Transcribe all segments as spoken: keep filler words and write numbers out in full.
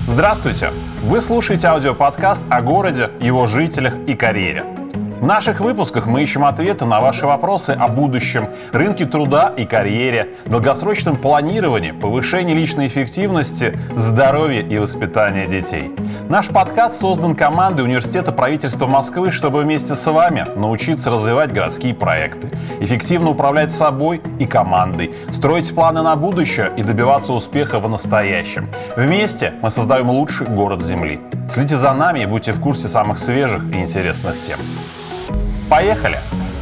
Здравствуйте! Вы слушаете аудиоподкаст о городе, его жителях и карьере. В наших выпусках мы ищем ответы на ваши вопросы о будущем, рынке труда и карьере, долгосрочном планировании, повышении личной эффективности, здоровье и воспитании детей. Наш подкаст создан командой Университета правительства Москвы, чтобы вместе с вами научиться развивать городские проекты, эффективно управлять собой и командой, строить планы на будущее и добиваться успеха в настоящем. Вместе мы создаем лучший город Земли. Следите за нами и будьте в курсе самых свежих и интересных тем. Поехали!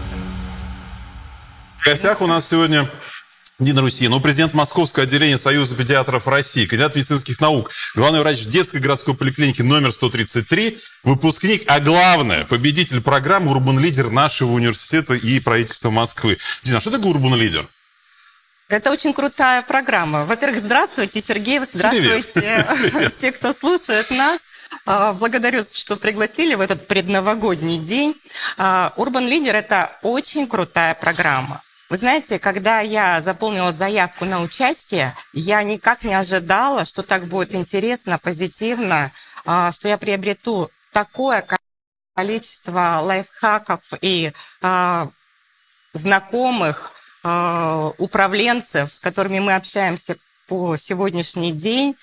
В гостях у нас сегодня Дина Русинова, президент Московского отделения Союза педиатров России, кандидат медицинских наук, главный врач детской городской поликлиники номер сто тридцать три, выпускник, а главное, победитель программы «Урбан Лидер» нашего университета и правительства Москвы. Дина, что такое «Урбан Лидер»? Это очень крутая программа. Во-первых, здравствуйте, Сергей, здравствуйте, Привет. Все, кто слушает нас. Благодарю, что пригласили в этот предновогодний день. Urban Leader – это очень крутая программа. Вы знаете, когда я заполнила заявку на участие, я никак не ожидала, что так будет интересно, позитивно, что я приобрету такое количество лайфхаков и знакомых управленцев, с которыми мы общаемся по сегодняшний день.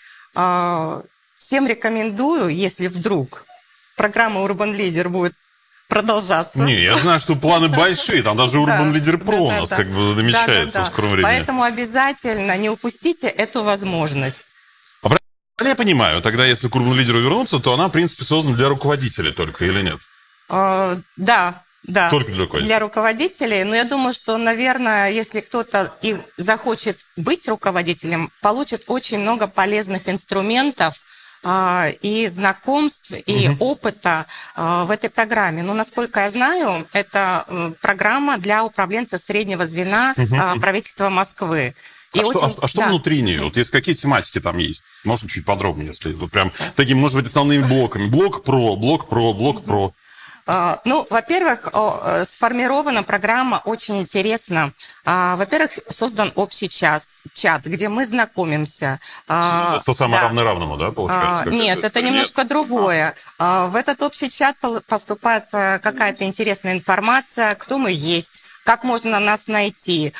Всем рекомендую, если вдруг программа Urban Leader будет продолжаться. Не, я знаю, что планы большие, там даже Urban Leader Pro у нас как бы намечается в скором времени. Поэтому обязательно не упустите эту возможность. А правильно я понимаю, тогда если к Urban Leader вернуться, то она, в принципе, создана для руководителей только, или нет? А, да. Да, только для руководителей. Для руководителей. Но я думаю, что, наверное, если кто-то и захочет быть руководителем, получит очень много полезных инструментов э, и знакомств, и угу. опыта э, в этой программе. Но, насколько я знаю, это э, программа для управленцев среднего звена угу. э, правительства Москвы. И а, очень, что, а, а что да. внутри нее? Вот есть какие тематики там есть? Можно чуть подробнее, если вот прям такими, может быть, основными блоками. Блок про, блок про, блок про. Uh, ну, во-первых, uh, сформирована программа очень интересно. Uh, во-первых, создан общий чат, чат, где мы знакомимся. Uh, То самое да. равное равному, да, получается? Uh, нет, это немножко нет. другое. Uh, в этот общий чат поступает uh, какая-то интересная информация, кто мы есть, как можно нас найти.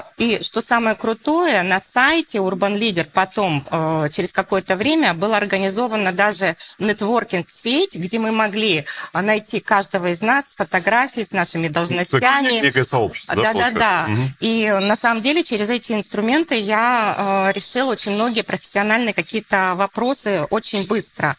И что самое крутое, на сайте Urban Leader потом, через какое-то время, была организована даже нетворкинг-сеть, где мы могли найти каждого из нас с фотографией, с нашими должностями. Некое сообщество, да? Да-да-да. Угу. И на самом деле через эти инструменты я решила очень многие профессиональные какие-то вопросы очень быстро.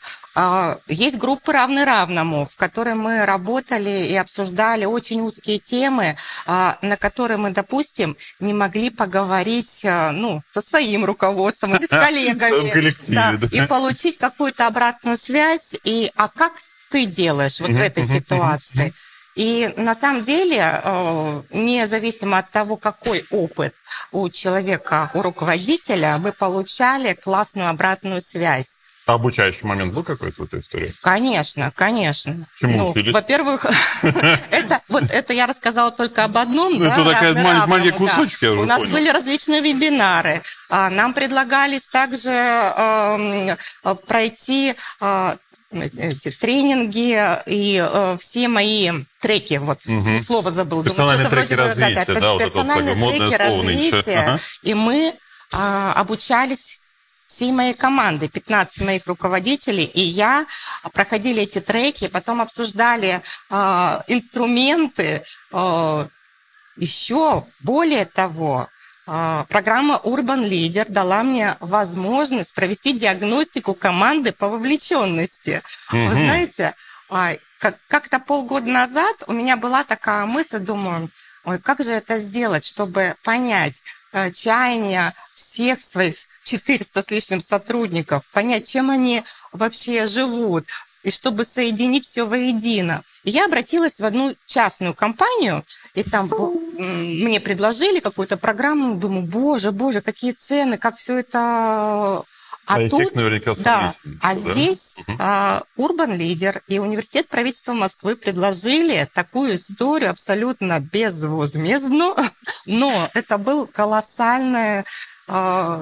Есть группы «Равны равному», в которой мы работали и обсуждали очень узкие темы, на которые мы, допустим, не могли поговорить ну, со своим руководством или с коллегами. Да, да. И получить какую-то обратную связь. И «а как ты делаешь вот в этой ситуации?» И на самом деле, независимо от того, какой опыт у человека, у руководителя, мы получали классную обратную связь. А обучающий момент был какой-то в этой истории? Конечно, конечно. Чему ну, учились? Во-первых, это, вот, это я рассказала только об одном. Ну, да, это такая маленький кусочек, да. я уже У нас понял. были различные вебинары. Нам предлагались также э, пройти э, эти тренинги и э, все мои треки, вот угу. слово забыл. Персональные Думаю, треки развития, да, да, персональные вот это вот, треки развития. Ага. И мы э, обучались всей моей команды, пятнадцать моих руководителей, и я проходили эти треки, потом обсуждали э, инструменты. Э, еще более того, э, программа Urban Leader дала мне возможность провести диагностику команды по вовлеченности. Mm-hmm. Вы знаете, э, как- как-то полгода назад у меня была такая мысль, думаю, ой, как же это сделать, чтобы понять э, чаяния всех своих четырёхсот с лишним сотрудников, понять, чем они вообще живут, и чтобы соединить все воедино. И я обратилась в одну частную компанию, и там мне предложили какую-то программу, думаю, боже, боже, какие цены, как все это... А, а тут, наверняка да, а да? здесь угу. uh, Urban Leader и Университет правительства Москвы предложили такую историю абсолютно безвозмездно, но это был колоссальный uh,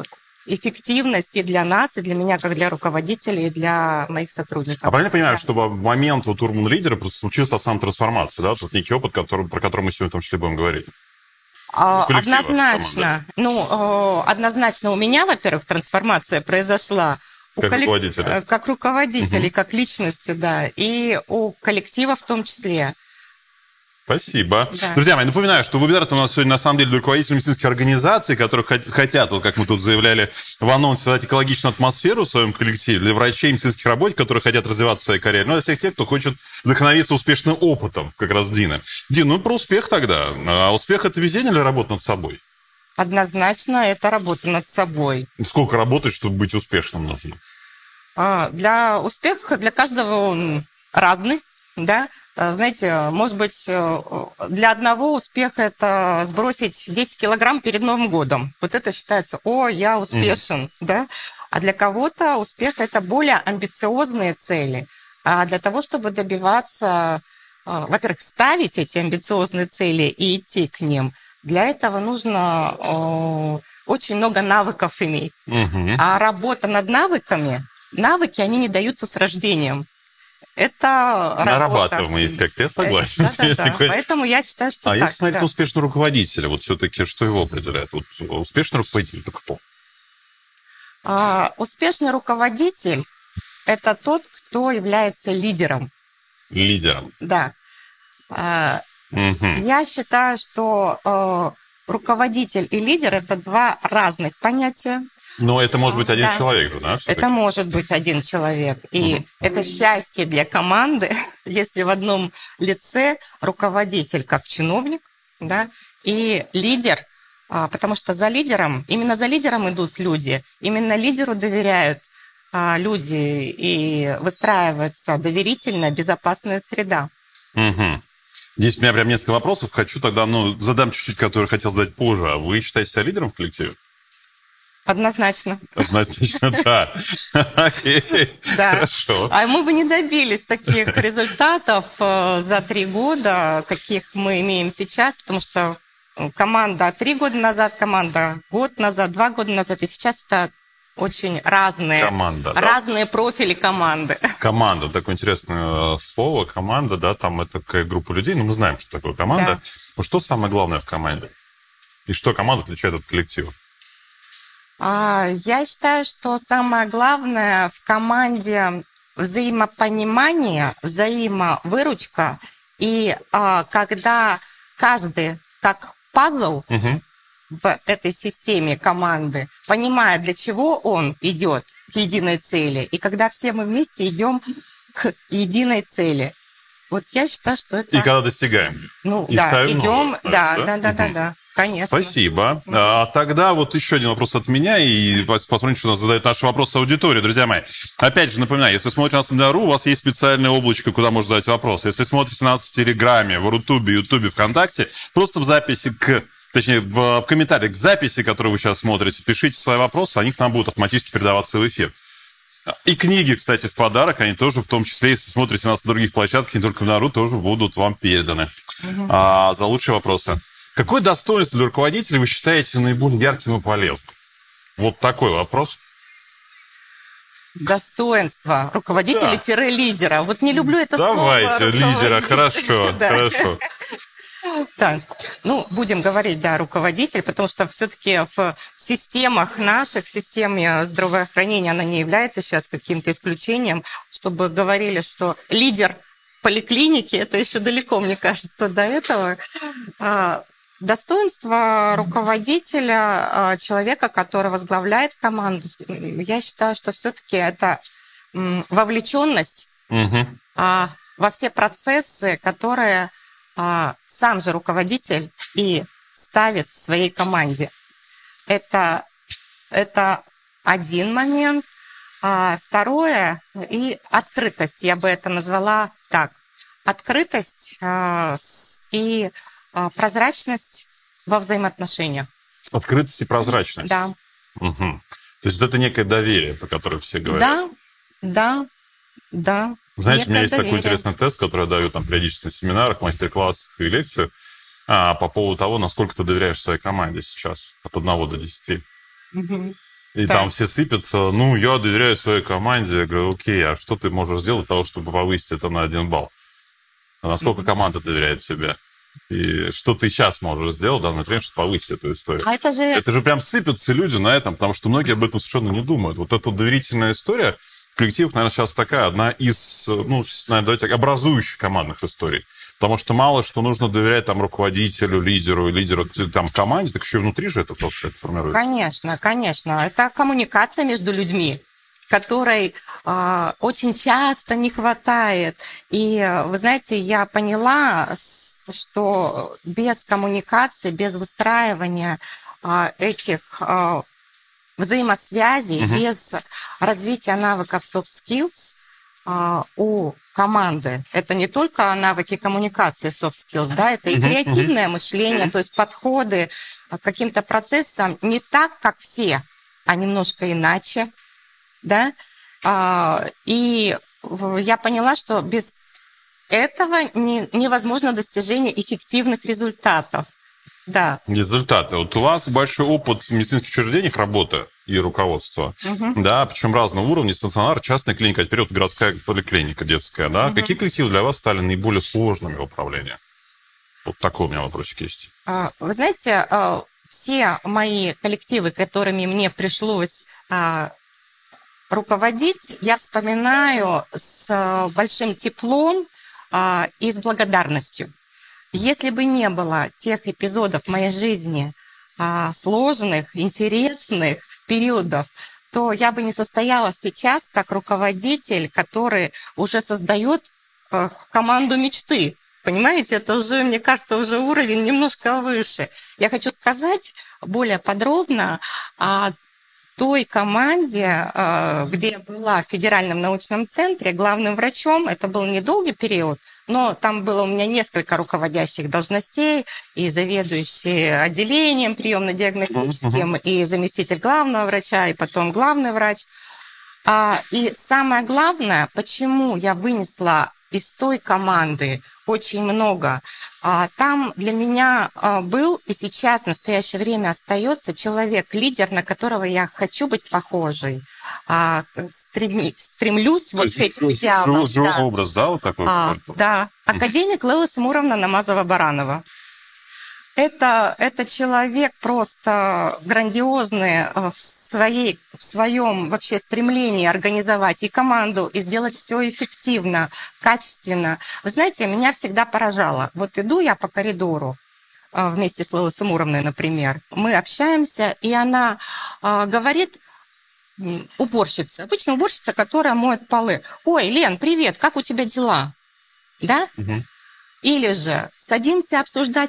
эффективность и для нас, и для меня, как для руководителя, и для моих сотрудников. А правильно понимаю, Да. что в момент вот Урбан Лидера просто случилась та самая трансформация, да? Тут некий опыт, который, про который мы сегодня в том числе будем говорить. А, коллектива, Однозначно. Ну, э, однозначно у меня, во-первых, трансформация произошла. У Как коллек- руководителя. э, Как руководителя, как личности, да. И у коллектива в том числе. Спасибо. Да. Друзья мои, напоминаю, что вебинар у нас сегодня на самом деле для руководителей медицинских организаций, которые хот- хотят, вот как мы тут заявляли в анонсе, создать экологичную атмосферу в своем коллективе, для врачей и медицинских работников, которые хотят развиваться в своей карьере, ну, для всех тех, кто хочет вдохновиться успешным опытом, как раз Дина. Дин, ну про успех тогда. А успех – это везение или работа над собой? Однозначно это работа над собой. Сколько работать, чтобы быть успешным нужно? А, Для успеха для каждого он разный, да. А, Знаете, может быть, э, для одного успех это сбросить десять килограмм перед Новым годом. Вот это считается, о, я успешен, да. А для кого-то успех это более амбициозные цели. А для того, чтобы добиваться, э, во-первых, ставить эти амбициозные цели и идти к ним, для этого нужно э, очень много навыков иметь. Мгм. А работа над навыками, навыки, они не даются с рождением. Это работа. Нарабатываемый эффект, я согласен. Э, Да-да-да. Такой- Поэтому я считаю, что А так. если смотреть да. на успешного руководителя, вот все-таки что его определяет? Вот успешный руководитель – это кто? А, Успешный руководитель – это тот, кто является лидером. Лидером. Да. А, Мгм. Я считаю, что э, руководитель и лидер – это два разных понятия. Но это может быть один Да. человек же, да? всё-таки? Это может быть один человек. И это счастье для команды, если в одном лице руководитель как чиновник, да, и лидер, а, потому что за лидером, именно за лидером идут люди, именно лидеру доверяют а, люди, и выстраивается доверительная, безопасная среда. Мгм. Здесь у меня прям несколько вопросов. Хочу тогда, ну, задам чуть-чуть, которые хотел задать позже. А вы считаете себя лидером в коллективе? Однозначно. Однозначно, да. Окей. Да. Хорошо. А мы бы не добились таких результатов э, за три года, каких мы имеем сейчас, потому что команда три года назад, команда год назад, два года назад, и сейчас это очень разные, Команда, да. разные профили команды. Команда. Такое интересное э, слово. Команда, да, там это такая группа людей. Но мы знаем, что такое команда. Да. Вот что самое главное в команде? И что команда отличает от коллектива? А, Я считаю, что самое главное в команде взаимопонимание, взаимовыручка, и а, когда каждый как пазл Мгм. в этой системе команды понимает, для чего он идет к единой цели, и когда все мы вместе идем к единой цели. Вот я считаю, что это... И когда достигаем. ну, и да, ставим идем, новые, да, да? да, да, да, Мгм. да, конечно. Спасибо. А тогда вот еще один вопрос от меня, и посмотрим, что у нас задают наши вопросы аудитории. Друзья мои, опять же напоминаю, если смотрите нас на Вебинар точка ру, у вас есть специальное облачко, куда можно задать вопросы. Если смотрите нас в Телеграме, в Рутубе, Ютубе, ВКонтакте, просто в записи к... Точнее, в, в комментариях к записи, которую вы сейчас смотрите, пишите свои вопросы, они к нам будут автоматически передаваться в эфир. И книги, кстати, в подарок, они тоже, в том числе, если смотрите нас на других площадках, не только в Нару, тоже будут вам переданы. А, за лучшие вопросы. Какое достоинство для руководителя вы считаете наиболее ярким и полезным? Вот такой вопрос. Достоинство руководителя-лидера. Вот не люблю это Давайте, слово. лидера, руководитель. хорошо, Да. хорошо. Так, ну, будем говорить, да, руководитель, потому что все-таки в системах наших, в системе здравоохранения, она не является сейчас каким-то исключением, чтобы говорили, что лидер поликлиники, это еще далеко, мне кажется, до этого. А, Достоинство руководителя, а, человека, который возглавляет команду, я считаю, что все-таки это м, вовлеченность Мгм. а, во все процессы, которые а, сам же руководитель и ставит своей команде. Это, это один момент. А второе, и открытость, я бы это назвала так. Открытость а, с- и а, прозрачность во взаимоотношениях. Открытость и прозрачность. Да, Мгм. То есть вот это некое доверие, про которое все говорят. да, да, да. Знаете, у меня Некое есть такой доверие. интересный тест, который я даю там периодически на семинарах, мастер-классах и лекциях, а, по поводу того, насколько ты доверяешь своей команде сейчас от одного до десяти. Мгм. И Да. там все сыпятся. Ну, я доверяю своей команде. Я говорю, окей, а что ты можешь сделать для того, чтобы повысить это на один балл? А насколько команда доверяет тебе? И что ты сейчас можешь сделать в данный момент, чтобы повысить эту историю? А это же... Это же прям сыпятся люди на этом, потому что многие об этом совершенно не думают. Вот эта доверительная история коллективов, наверное, сейчас такая одна из, ну, наверное, давайте так, образующих командных историй. Потому что мало что нужно доверять там руководителю, лидеру, лидеру там команде, так еще и внутри же это тоже это формируется. Конечно, конечно. Это коммуникация между людьми, которой э, очень часто не хватает. И вы знаете, я поняла, что без коммуникации, без выстраивания э, этих э, взаимосвязей, угу. без развития навыков soft skills э, у команды, это не только навыки коммуникации soft skills, да, это и креативное мышление, то есть подходы к каким-то процессам не так, как все, а немножко иначе. Да? И я поняла, что без этого не, невозможно достижение эффективных результатов. Да. Результаты. Вот у вас большой опыт в медицинских учреждениях работы и руководства, угу. да, причем разного уровня, стационар, частная клиника, а теперь вот городская поликлиника детская, да. Угу. Какие коллективы для вас стали наиболее сложными в управлении? Вот такой у меня вопросик есть. Вы знаете, все мои коллективы, которыми мне пришлось руководить, я вспоминаю с большим теплом а, и с благодарностью. Если бы не было тех эпизодов в моей жизни, а, сложных, интересных периодов, то я бы не состоялась сейчас как руководитель, который уже создает а, команду мечты. Понимаете, это уже, мне кажется, уже уровень немножко выше. Я хочу сказать более подробно о той команде, где я была в Федеральном научном центре главным врачом. Это был недолгий период, но там было у меня несколько руководящих должностей, и заведующий отделением приемно-диагностическим, uh-huh. и заместитель главного врача, и потом главный врач. И самое главное, почему я вынесла из той команды очень много. Там для меня был и сейчас в настоящее время остается человек-лидер, на которого я хочу быть похожей. Стрем... Стремлюсь вот к этим идеалам. Живой да. образ, да, вот такой? А, да. Академик Лейла Симуровна Намазова-Баранова. Это, это человек просто грандиозный в, своей, в своем вообще стремлении организовать и команду, и сделать все эффективно, качественно. Вы знаете, меня всегда поражало. Вот иду я по коридору вместе с Лейлой Симуровной, например. Мы общаемся, и она э, говорит, уборщица, обычно уборщица, которая моет полы. «Ой, Лен, привет, как у тебя дела?» Да? Угу. Или же садимся обсуждать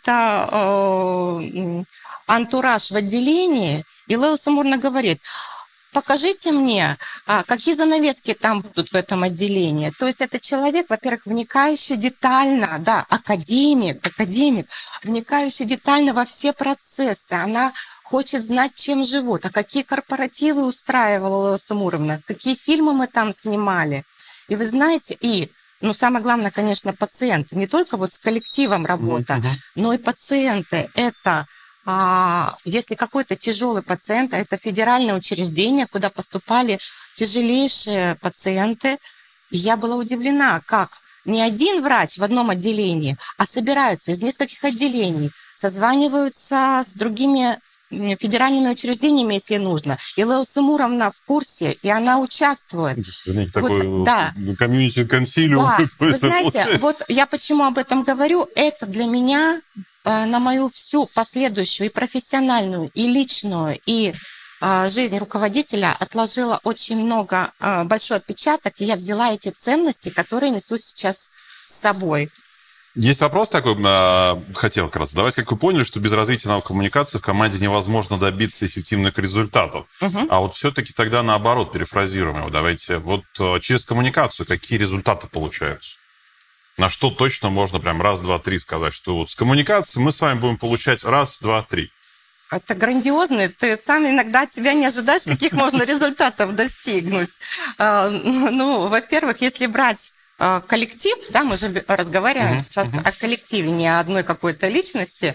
какой-то э, антураж в отделении, и Лейла Симуровна говорит, покажите мне, а, какие занавески там будут в этом отделении. То есть это человек, во-первых, вникающий детально, да, академик, академик, вникающий детально во все процессы. Она хочет знать, чем живут, а какие корпоративы устраивала Лейла Симуровна, какие фильмы мы там снимали. И вы знаете, и ну, самое главное, конечно, пациенты. Не только вот с коллективом работа, mm-hmm. но и пациенты. Это, а, если какой-то тяжелый пациент, это федеральное учреждение, куда поступали тяжелейшие пациенты. И я была удивлена, как не один врач в одном отделении, а собираются из нескольких отделений, созваниваются с другими федеральными учреждениями, если нужно. И Лейла Симуровна в курсе, и она участвует. Вот, такой да. комьюнити-консилиум. Да. Вы знаете, получается. Вот я почему об этом говорю, это для меня на мою всю последующую и профессиональную, и личную, и жизнь руководителя отложила очень много, большой отпечаток, и я взяла эти ценности, которые несу сейчас с собой. Есть вопрос такой, хотел как раз задавать. Как вы поняли, что без развития навыков коммуникации в команде невозможно добиться эффективных результатов. Uh-huh. А вот все-таки тогда наоборот, перефразируем его. Давайте, вот через коммуникацию какие результаты получаются? На что точно можно прям раз, два, три сказать, что вот с коммуникацией мы с вами будем получать раз, два, три? Это грандиозно. Ты сам иногда от себя не ожидаешь, каких можно результатов достигнуть. Ну, во-первых, если брать э, коллектив, да, мы же разговариваем Мгм, сейчас мгм. о коллективе, не о одной какой-то личности.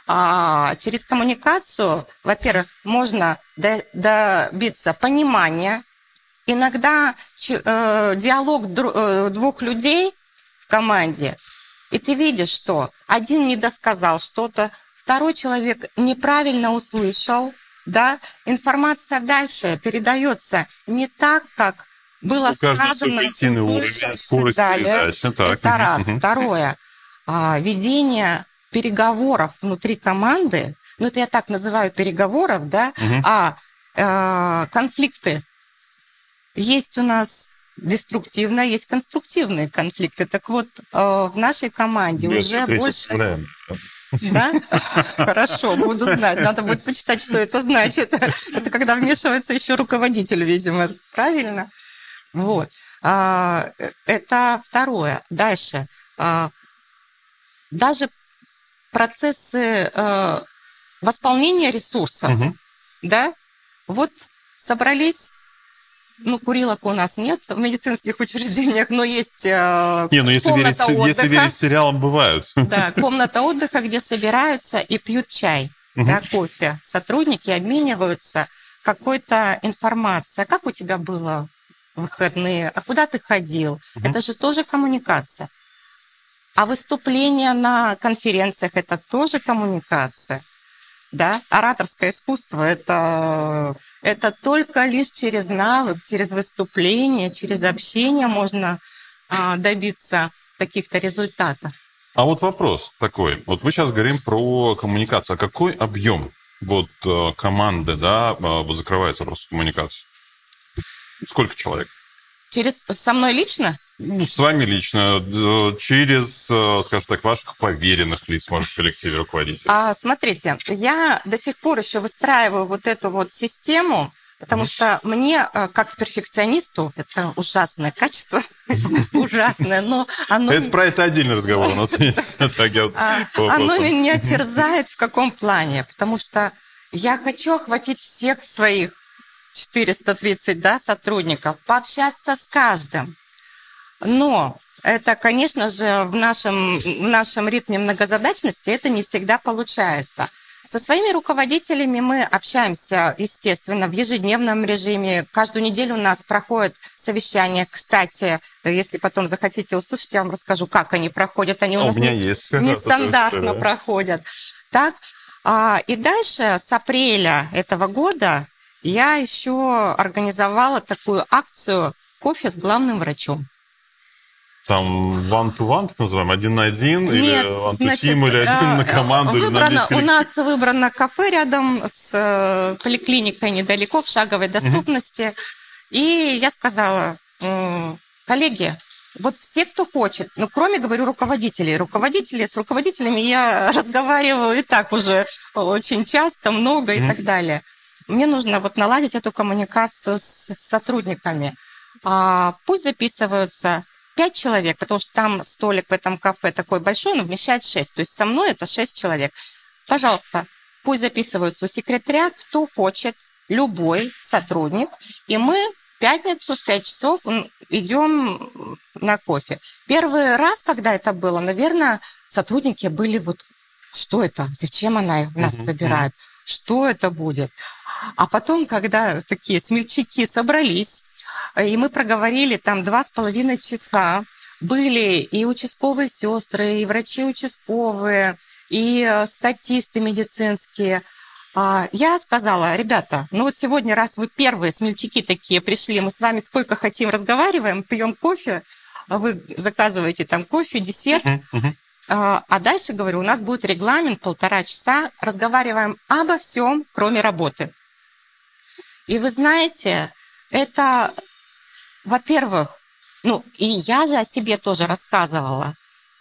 А через коммуникацию, во-первых, можно до- добиться понимания. Иногда ч- э, диалог дру- э, двух людей в команде, и ты видишь, что один не досказал что-то, второй человек неправильно услышал, да, информация дальше передается не так, как было У каждого свой сказано, коллективный уровень, услышано и скорость так далее. передачи. Так, Это мгм, раз. мгм. Второе. А, ведение переговоров внутри команды, ну это я так называю переговоров, да, Мгм. а э, конфликты. Есть у нас деструктивные, есть конструктивные конфликты. Так вот, э, в нашей команде Без уже третьего больше... составляем. Да? Хорошо, буду знать. Надо будет почитать, что это значит. Это когда вмешивается еще руководитель, видимо. Правильно? Вот. А, Это второе. Дальше. А, Даже процессы э, восполнения ресурсов, Мгм. да, вот собрались, ну, курилок у нас нет в медицинских учреждениях, но есть э, Не, ну если верить, комната се- если отдыха. верить сериалам, бывают. Да, комната отдыха, где собираются и пьют чай, да, кофе. Сотрудники обмениваются какой-то информацией. А как у тебя было в выходные? А куда ты ходил? Это же тоже коммуникация. А выступления на конференциях – это тоже коммуникация. Да? Ораторское искусство – это, это только лишь через навык, через выступление, через общение можно а, добиться каких-то результатов. А вот вопрос такой. Вот мы сейчас говорим про коммуникацию. А какой объем вот э, команды, да, э, вот закрывается просто коммуникация? Сколько человек? Через со мной лично? Ну, с вами лично, э, через, э, скажем так, ваших поверенных лиц, может, в коллективе руководителей. А, смотрите, я до сих пор еще выстраиваю вот эту вот систему, потому что мне, э, как перфекционисту, это ужасное качество, ужасное, но оно... Это про это отдельный разговор у нас есть. Так, я вот А, по Оно вопросам. меня терзает в каком плане? Потому что я хочу охватить всех своих четыреста тридцать, да, сотрудников, пообщаться с каждым. Но это, конечно же, в нашем, в нашем ритме многозадачности это не всегда получается. Со своими руководителями мы общаемся, естественно, в ежедневном режиме. Каждую неделю у нас проходят совещания. Кстати, если потом захотите услышать, я вам расскажу, как они проходят. Они у А у нас меня не- есть как раз нестандартно эта история. проходят. Так, а, и дальше с апреля этого года я еще организовала такую акцию «Кофе с главным врачом». Там one-to-one, так называемый, один на один, Нет, или one to значит, team, или один на э, команду, или на выбрано, весь у коллектив. нас выбрано кафе рядом с э, поликлиникой недалеко, в шаговой доступности. И я сказала, м, коллеги, вот все, кто хочет, ну, кроме, говорю, руководителей. Руководители, с руководителями я разговариваю и так уже очень часто, много и Мгм. так далее. Мне нужно вот наладить эту коммуникацию с сотрудниками. А, пусть записываются пять человек, потому что там столик в этом кафе такой большой, он вмещает шесть. То есть со мной это шесть человек. Пожалуйста, пусть записываются у секретаря, кто хочет, любой сотрудник. И мы в пятницу в пять часов идем на кофе. Первый раз, когда это было, наверное, сотрудники были вот, что это, зачем она нас Мгм, собирает, что это будет. А потом, когда такие смельчаки собрались, и мы проговорили там два с половиной часа, были и участковые сестры, и врачи участковые, и э, статисты медицинские. А, Я сказала, ребята, ну вот сегодня, раз вы первые смельчаки такие пришли, мы с вами сколько хотим разговариваем, пьем кофе, а вы заказываете там кофе, десерт. Мгм, мгм. А а дальше, говорю, у нас будет регламент полтора часа, разговариваем обо всем, кроме работы. И вы знаете, это, во-первых, ну, и я же о себе тоже рассказывала.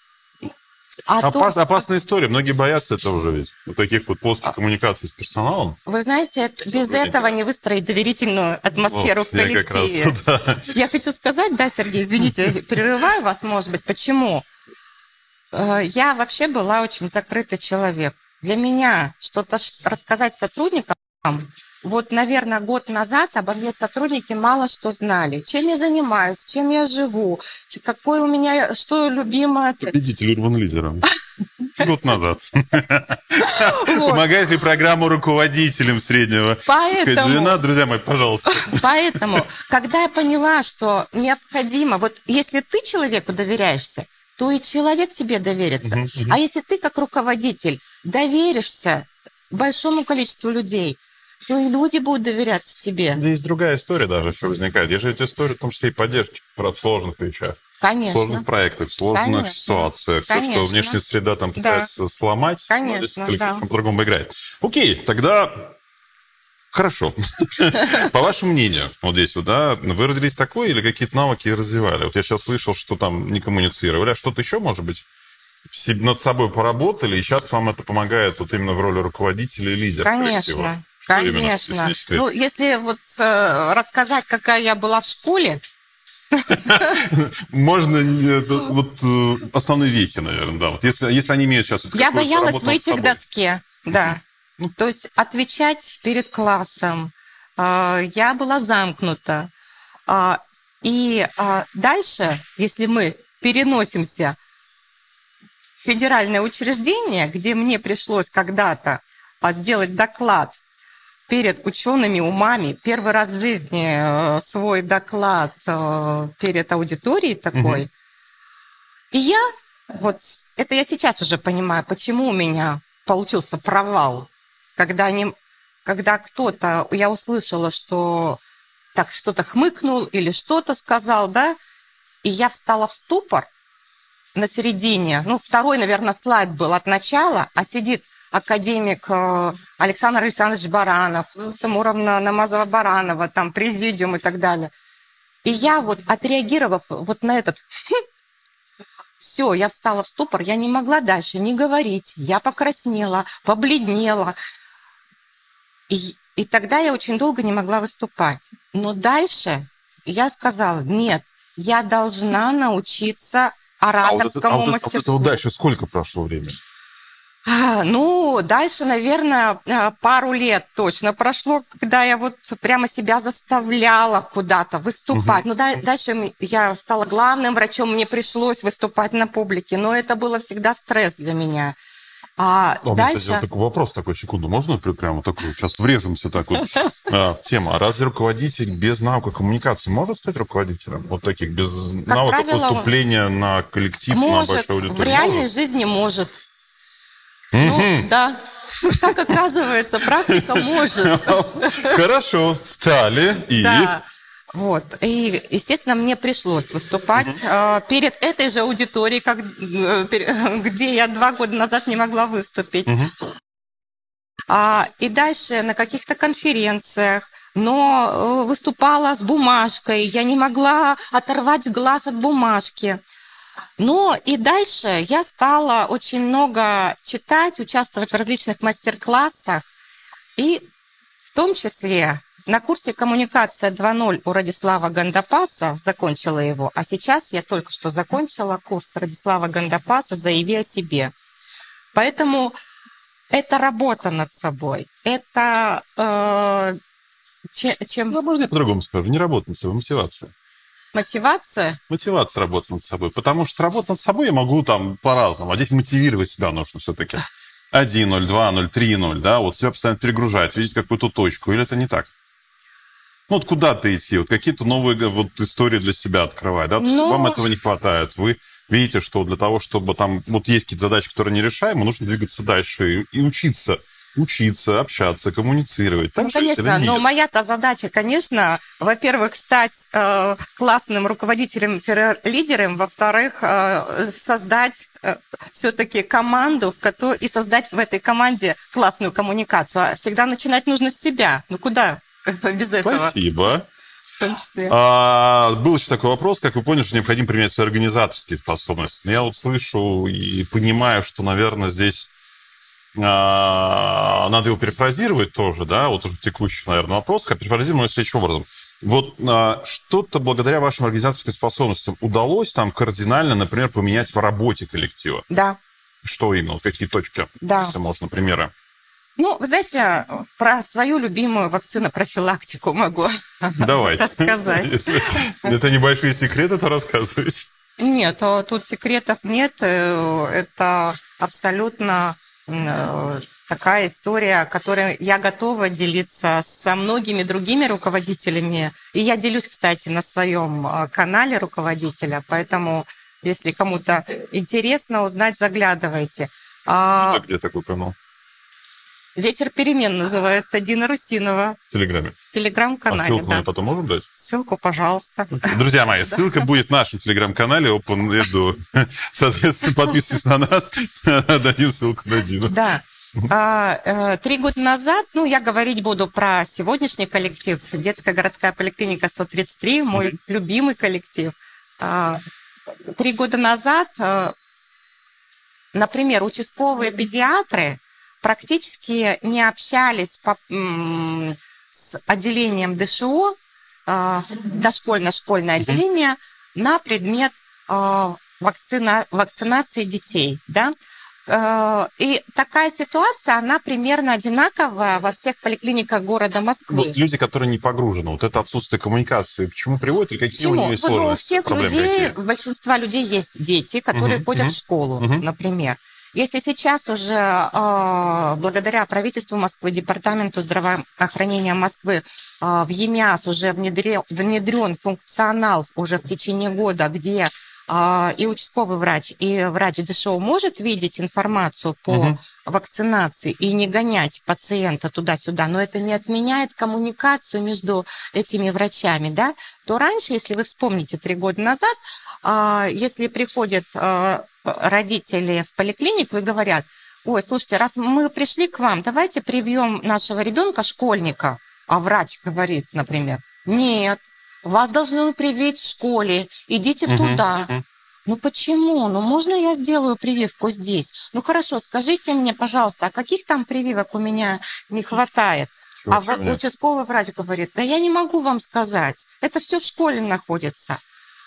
О том, Опас- опасная история. Многие боятся этого уже ведь. Вот таких вот плоских коммуникаций с персоналом. вы знаете, это- без Сотрудники. этого не выстроить доверительную атмосферу Вот, в я как раз коллективе. туда. Я хочу сказать, да, Сергей, извините, перерываю вас, может быть, почему? Э, Я вообще была очень закрытый человек. Для меня что-то ш- рассказать сотрудникам вот, наверное, год назад обо мне сотрудники мало что знали. Чем я занимаюсь, чем я живу, какой у меня, что любимое. Победитель Urban Leader. Год назад. Помогает ли программа руководителям среднего звена? Друзья мои, пожалуйста. Поэтому, когда я поняла, что необходимо, вот если ты человеку доверяешься, то и человек тебе доверится. Uh-huh, uh-huh. А если ты, как руководитель, доверишься большому количеству людей, то и люди будут доверяться тебе. Да есть другая история даже, что возникает. Есть же эти истории, в том числе и поддержки в сложных вещах. Конечно. В сложных проектах, в сложных Конечно. ситуациях. Конечно. Все, что внешняя среда там пытается да. сломать, Конечно, коллектив да. по-другому играет. Окей, тогда... Хорошо. По вашему мнению, вот здесь вот, да, вы родились такой или какие-то навыки развивали? Вот я сейчас слышал, что там не коммуницировали, а что-то еще, может быть, над собой поработали, и сейчас вам это помогает вот именно в роли руководителя и лидера коллектива? Конечно, конечно. Ну, если вот э, рассказать, какая я была в школе... Можно вот основные вехи, наверное, да. Вот если, если они имеют сейчас... Я боялась выйти к доске, да. Ну, то есть отвечать перед классом. Я была замкнута. И дальше, если мы переносимся в федеральное учреждение, где мне пришлось когда-то сделать доклад перед учеными умами, первый раз в жизни свой доклад перед аудиторией такой. Mm-hmm. И я, вот это я сейчас уже понимаю, почему у меня получился провал. Когда, они, когда кто-то, я услышала, что так что-то хмыкнул или что-то сказал, да, и я встала в ступор на середине. Ну, второй, наверное, слайд был от начала, а сидит академик Александр Александрович Баранов, Самуровна Намазова-Баранова, там, президиум и так далее. И я вот, отреагировав вот на этот... Все, я встала в ступор, я не могла дальше не говорить. Я покраснела, побледнела. И, и тогда я очень долго не могла выступать. Но дальше я сказала, нет, я должна научиться ораторскому а вот это, мастерству. А вот это вот дальше сколько прошло времени? А, ну, дальше, наверное, пару лет точно прошло, когда я вот прямо себя заставляла куда-то выступать. Угу. Ну, да, дальше я стала главным врачом, мне пришлось выступать на публике, но это было всегда стресс для меня. А, а дальше... Кстати, такой вопрос такой, секунду, можно прямо такой, сейчас врежемся так вот а, в тему. А разве руководитель без навыка коммуникации может стать руководителем? Вот таких, без как навыков правило, выступления на коллектив, может, на большую аудиторию? В реальной может? жизни может. Ну, да. Как оказывается, практика может. Хорошо, стали и... Да. Вот. И, естественно, мне пришлось выступать uh-huh. э, перед этой же аудиторией, как, э, где я два года назад не могла выступить. Uh-huh. А, и дальше на каких-то конференциях, но э, выступала с бумажкой, я не могла оторвать глаз от бумажки. Ну и дальше я стала очень много читать, участвовать в различных мастер-классах, и в том числе... На курсе «Коммуникация два ноль» у Радислава Гандапаса, закончила его, а сейчас я только что закончила курс Радислава Гандапаса «Заяви о себе». Поэтому это работа над собой. Это э, чем... Ну, можно я по-другому скажу? Не работа над собой, мотивация. Мотивация? Мотивация работать над собой. Потому что работать над собой я могу там по-разному, а здесь мотивировать себя нужно все-таки. один ноль, два ноль, три ноль, да, вот себя постоянно перегружать, видеть какую-то точку, или это не так? Ну, вот куда-то идти, вот какие-то новые вот истории для себя открывать, да? Но... Вам этого не хватает. Вы видите, что для того, чтобы там... Вот есть какие-то задачи, которые нерешаемы, нужно двигаться дальше и, и учиться. Учиться, общаться, коммуницировать. Так ну, конечно, но моя-то задача, конечно, во-первых, стать э, классным руководителем-лидером, во-вторых, э, создать э, все-таки команду, в которой, и создать в этой команде классную коммуникацию. А всегда начинать нужно с себя. Ну, куда без этого? Спасибо. В том числе. А, был еще такой вопрос, как вы поняли, что необходимо применять свои организаторские способности. Я вот слышу и понимаю, что, наверное, здесь а, надо его перефразировать тоже, да, вот уже в текущих, наверное, вопросах, а перефразируем следующим образом. Вот а, что-то благодаря вашим организаторским способностям удалось там кардинально, например, поменять в работе коллектива? Да. Что именно? Вот какие точки, да. если можно, примеры? Ну, вы знаете, про свою любимую вакцинопрофилактику могу Давайте. рассказать. Если это небольшие секреты, то рассказывайте. Нет, а тут секретов нет. э, Это абсолютно э, такая история, которой я готова делиться со многими другими руководителями. И я делюсь, кстати, на своем э, канале руководителя, поэтому если кому-то интересно узнать, заглядывайте. А, А где такой канал? «Ветер перемен» называется, Дина Русинова В Телеграме. в телеграм-канале. А ссылку да. мы потом можем дать? Ссылку, пожалуйста. Друзья мои, ссылка будет в нашем телеграм-канале OpenEdu. Соответственно, подписывайтесь на нас, дадим ссылку на Дину. Да. А, э, Три года назад, ну, я говорить буду про сегодняшний коллектив, детская городская поликлиника сто тридцать три, мой mm-hmm. любимый коллектив. А, Три года назад, э, например, участковые педиатры практически не общались по, м, с отделением ДШО, э, дошкольно-школьное отделение, mm-hmm. на предмет э, вакцина, вакцинации детей, да. И такая ситуация, она примерно одинаковая во всех поликлиниках города Москвы. Вот люди, которые не погружены, вот это отсутствие коммуникации, почему приводит и какие Почему? у нее Ну, у сложности? всех людей, у большинства людей есть дети, которые uh-huh, ходят uh-huh, в школу, uh-huh. например. Если сейчас уже э, благодаря правительству Москвы, Департаменту здравоохранения Москвы э, в ЕМИАС уже внедрен, внедрен функционал уже в течение года, где и участковый врач, и врач ДШО может видеть информацию по угу. вакцинации и не гонять пациента туда-сюда, но это не отменяет коммуникацию между этими врачами, да, то раньше, если вы вспомните три года назад, если приходят родители в поликлинику и говорят: ой, слушайте, раз мы пришли к вам, давайте привьем нашего ребенка, школьника, а врач говорит, например: нет, вас должны привить в школе, идите uh-huh, туда. Uh-huh. Ну почему? Ну можно я сделаю прививку здесь? Ну хорошо, скажите мне, пожалуйста, а каких там прививок у меня не хватает? Чего, а в, участковый врач говорит: да я не могу вам сказать, это все в школе находится.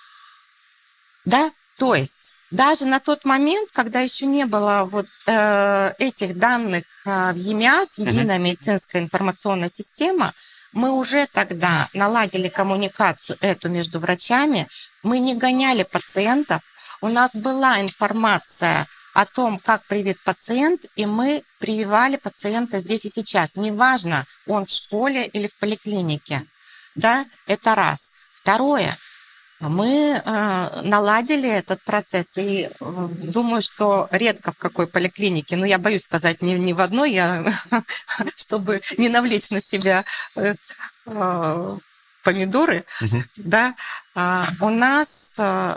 Да, то есть даже на тот момент, когда еще не было вот э, этих данных э, в ЕМИАС, Единая uh-huh. медицинская информационная система, мы уже тогда наладили коммуникацию эту между врачами, мы не гоняли пациентов, у нас была информация о том, как привит пациент, и мы прививали пациента здесь и сейчас. Неважно, он в школе или в поликлинике. Да, это раз. Второе. Мы э, наладили этот процесс, и э, думаю, что редко в какой поликлинике, но я боюсь сказать не, не в одной, я, чтобы не навлечь на себя э, э, помидоры, угу. да, э, у нас э,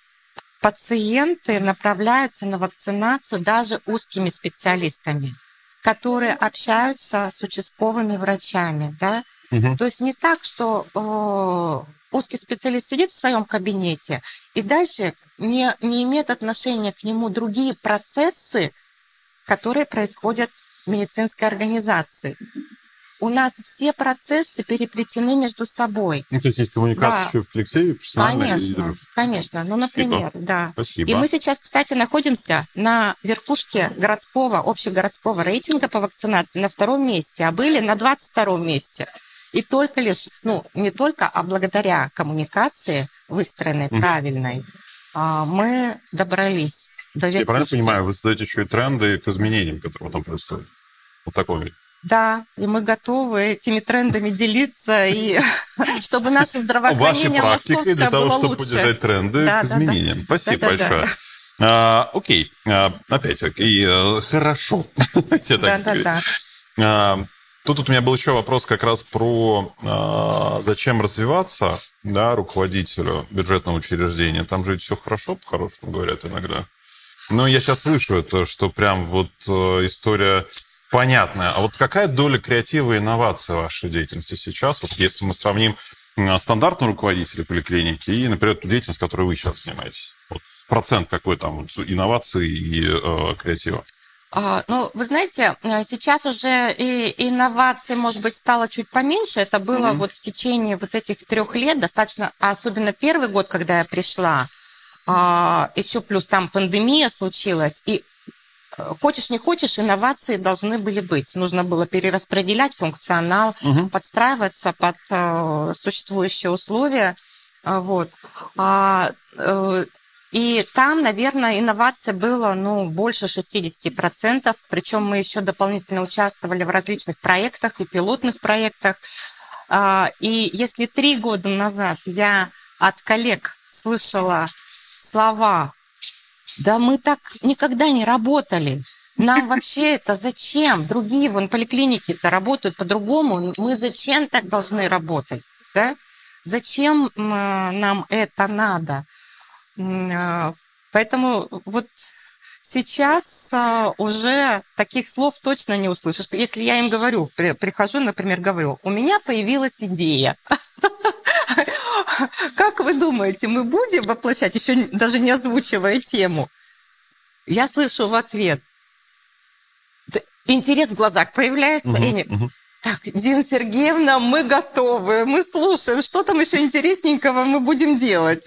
пациенты направляются на вакцинацию даже узкими специалистами, которые общаются с участковыми врачами, да, угу. то есть не так, что... Э, узкий специалист сидит в своем кабинете, и дальше не, не имеет отношения к нему другие процессы, которые происходят в медицинской организации. У нас все процессы переплетены между собой. Ну, то есть есть коммуникация да. еще в коллективе, профессиональной? Конечно, конечно. Ну, например, Спасибо. да. Спасибо. И мы сейчас, кстати, находимся на верхушке городского, общегородского рейтинга по вакцинации на втором месте, а были на двадцать втором месте. И только лишь, ну, не только, а благодаря коммуникации, выстроенной mm-hmm. правильной, мы добрались до верхушки. Я правильно понимаю, вы задаете еще и тренды к изменениям, которые там происходят? Вот такой. Да, и мы готовы этими трендами делиться, и чтобы наше здравоохранение московское для того, было чтобы лучше. поддержать тренды да, к да, изменениям. да. Спасибо да, большое. Да, да. А, окей, а, опять-таки, а, хорошо. Да, да, да. А, Тут, тут у меня был еще вопрос как раз про а, зачем развиваться, да, руководителю бюджетного учреждения. Там же все хорошо, по-хорошему говорят иногда. Но я сейчас слышу это, что прям вот а, история понятная. А вот какая доля креатива и инноваций в вашей деятельности сейчас? Вот если мы сравним стандартного руководителя поликлиники и, например, ту деятельность, которой вы сейчас занимаетесь. Вот процент какой там вот, инноваций и а, креатива? А, ну, вы знаете, сейчас уже и инноваций, может быть, стало чуть поменьше. Это было mm-hmm. вот в течение вот этих трех лет, достаточно, особенно первый год, когда я пришла, а, еще плюс там пандемия случилась, и хочешь не хочешь, инновации должны были быть. Нужно было перераспределять функционал, Мгм. подстраиваться под э, существующие условия. А, Вот. А, э, И там, наверное, инноваций было ну, больше шестьдесят процентов. Причем мы еще дополнительно участвовали в различных проектах и пилотных проектах. А, И если три года назад я от коллег слышала слова: да мы так никогда не работали. Нам вообще это зачем? Другие вон поликлиники-то работают по-другому. Мы зачем так должны работать? Да? Зачем м, э, нам это надо? М, а, Поэтому вот сейчас а, уже таких слов точно не услышишь. Если я им говорю, при- прихожу, например, говорю: у меня появилась идея. Как вы думаете, мы будем воплощать, еще даже не озвучивая тему? Я слышу в ответ: да, интерес в глазах появляется. Мгм, И они: мгм. так, Дина Сергеевна, мы готовы, мы слушаем, что там еще интересненького мы будем делать.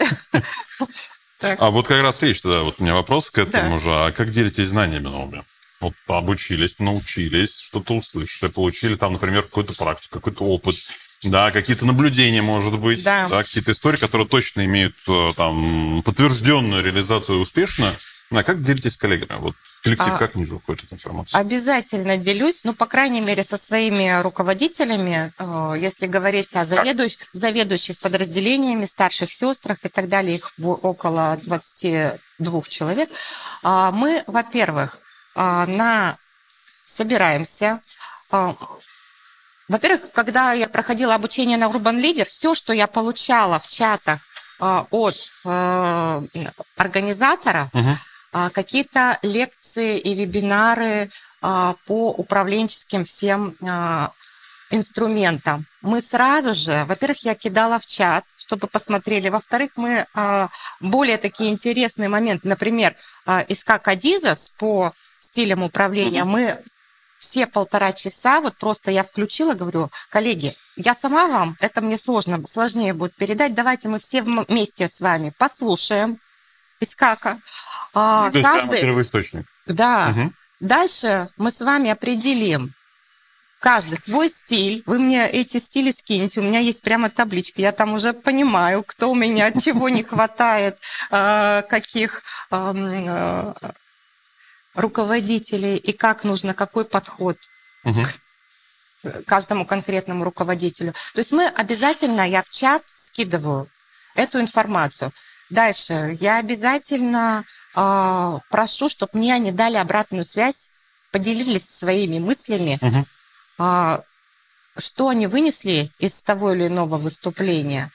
Так, А вот как раз речь тогда, вот у меня вопрос к этому Да. же. А как делитесь знаниями новыми? Вот обучились, научились, что-то услышали, получили там, например, какую-то практику, какой-то опыт, да, какие-то наблюдения, может быть, Да. да, какие-то истории, которые точно имеют э, там подтвержденную реализацию успешно. А как делитесь с коллегами? Вот в коллектив А, как ниже уходит эта информация? Обязательно делюсь, ну, по крайней мере, со своими руководителями, э, если говорить о заведующих, заведующих подразделениями, старших сестрах и так далее, их бо- около двадцати двух человек. А, Мы, во-первых, а, на... собираемся. А, Во-первых, когда я проходила обучение на Urban Leader, все, что я получала в чатах а, от э, организаторов, Мгм. а, какие-то лекции и вебинары а, по управленческим всем а, инструментам. Мы сразу же, во-первых, я кидала в чат, чтобы посмотрели. Во-вторых, мы а, более такие интересные моменты, например, а, Искак Адизас по стилям управления, мы все полтора часа, вот просто я включила, говорю: коллеги, я сама вам, это мне сложно, сложнее будет передать, давайте мы все вм- вместе с вами послушаем Искака. А, То есть прямо каждый, первоисточник. да, Мгм. дальше мы с вами определим каждый свой стиль. Вы мне эти стили скинете, у меня есть прямо табличка, я там уже понимаю, кто у меня, чего не хватает, а, каких ам, а, руководителей и как нужно, какой подход Мгм. к каждому конкретному руководителю. То есть мы обязательно, я в чат скидываю эту информацию. Дальше я обязательно а, прошу, чтобы мне они дали обратную связь, поделились своими мыслями, Мгм. а, что они вынесли из того или иного выступления.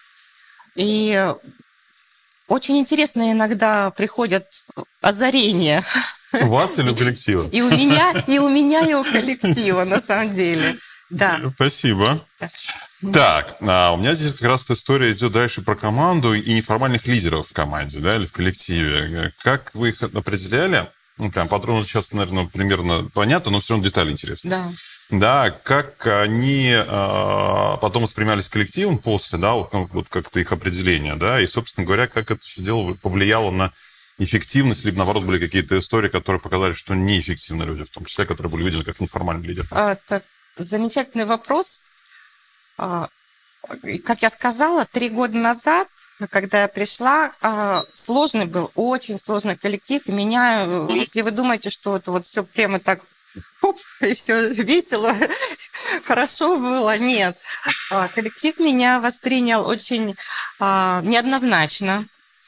И очень интересно иногда приходят озарения. У вас или у коллектива? И у меня, и у меня, и у коллектива, на самом деле. Да. Спасибо. Да. Так, а у меня здесь как раз эта история идет дальше про команду и неформальных лидеров в команде, да, или в коллективе. Как вы их определяли? Ну, прям подробно сейчас, наверное, примерно понятно, но все равно детали интересны. Да. Да, как они а, потом воспринимались коллективом после, да, вот, ну, вот как-то их определение, да, и, собственно говоря, как это все дело повлияло на эффективность, либо, наоборот, были какие-то истории, которые показали, что неэффективны люди, в том числе, которые были увидены как неформальный лидер. А, Это замечательный вопрос. А, и, Как я сказала, три года назад, когда я пришла, а, сложный был, очень сложный коллектив. И меня, э, если вы думаете, что это вот все прямо так хоп, и все весело, хорошо было, нет. А, Коллектив меня воспринял очень а, неоднозначно.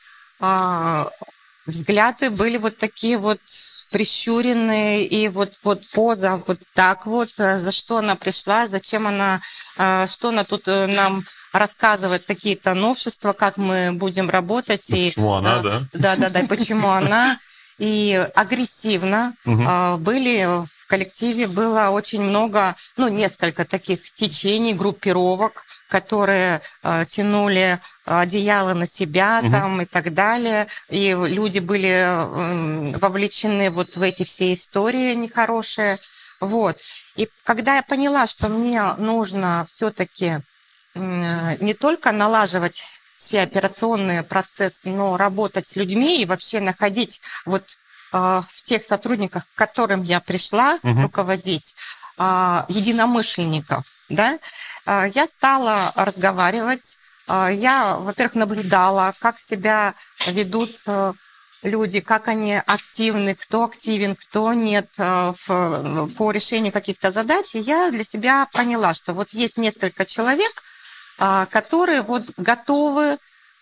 А, Взгляды были вот такие вот прищуренные, и вот, вот поза вот так вот, э, за что она пришла, зачем она, э, что она тут э, нам рассказывает, какие-то новшества, как мы будем работать. Ну, и, почему она, э, да? Да-да-да, почему она. И агрессивно Мгм. э, были в коллективе, было очень много, ну, несколько таких течений, группировок, которые э, тянули одеяло на себя Мгм. там и так далее. И люди были м, вовлечены вот в эти все истории нехорошие. Вот. И когда я поняла, что мне нужно все-таки не только налаживать все операционные процессы, но работать с людьми и вообще находить вот в тех сотрудниках, к которым я пришла Мгм. руководить, а, единомышленников, да, а, я стала разговаривать. А, Я, во-первых, наблюдала, как себя ведут э, люди, как они активны, кто активен, кто нет э, в- по решению каких-то задач. И я для себя поняла, что вот есть несколько человек, а, которые вот готовы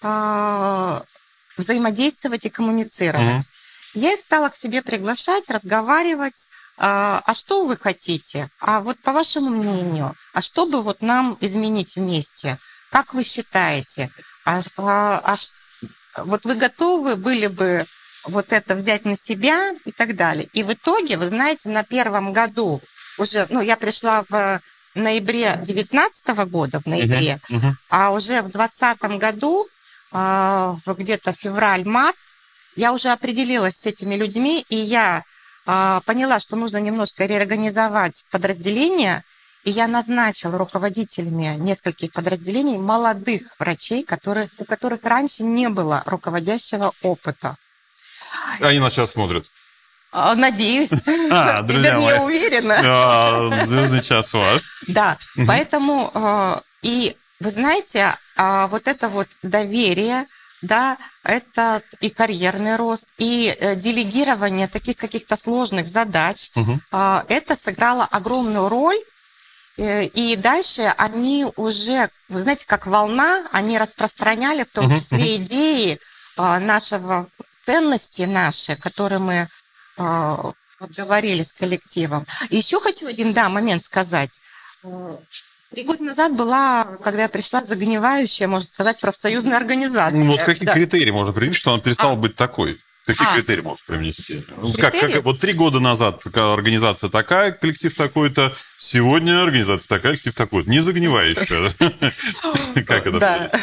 а, взаимодействовать и коммуницировать. Мгм. Я их стала к себе приглашать, разговаривать. А, а что вы хотите? А вот по вашему мнению, а что бы вот нам изменить вместе? Как вы считаете? А, а- а ш- вот вы готовы были бы вот это взять на себя и так далее? И в итоге, вы знаете, на первом году уже, ну, я пришла в ноябре девятнадцатого года, в ноябре, Мгм. а уже в двадцатом году, а, в где-то февраль-март, я уже определилась с этими людьми, и я а, поняла, что нужно немножко реорганизовать подразделения, и я назначила руководителями нескольких подразделений молодых врачей, которые, у которых раньше не было руководящего опыта. Они нас сейчас смотрят. А, Надеюсь, А, и друзья вернее мои. уверена. А, Звездный час ваш. Да, поэтому э, и вы знаете, а, вот это вот доверие, да, это и карьерный рост, и э, делегирование таких каких-то сложных задач, Мгм. а, это сыграло огромную роль. Э, И дальше они уже, вы знаете, как волна, они распространяли в том Мгм, числе идеи а, нашего, ценности наши, которые мы а, вот говорили с коллективом. И еще хочу один, да, момент сказать. Э, Три года назад была, когда я пришла, загнивающая, можно сказать, профсоюзная организация. Ну, вот какие Да. критерии можно привести, что она перестала А. быть такой? Какие А. критерии можно привнести? Ну, как, Критерии? как, вот три года назад такая организация такая, коллектив такой-то, сегодня организация такая, коллектив такой-то. Не загнивающая. Как это Да. будет?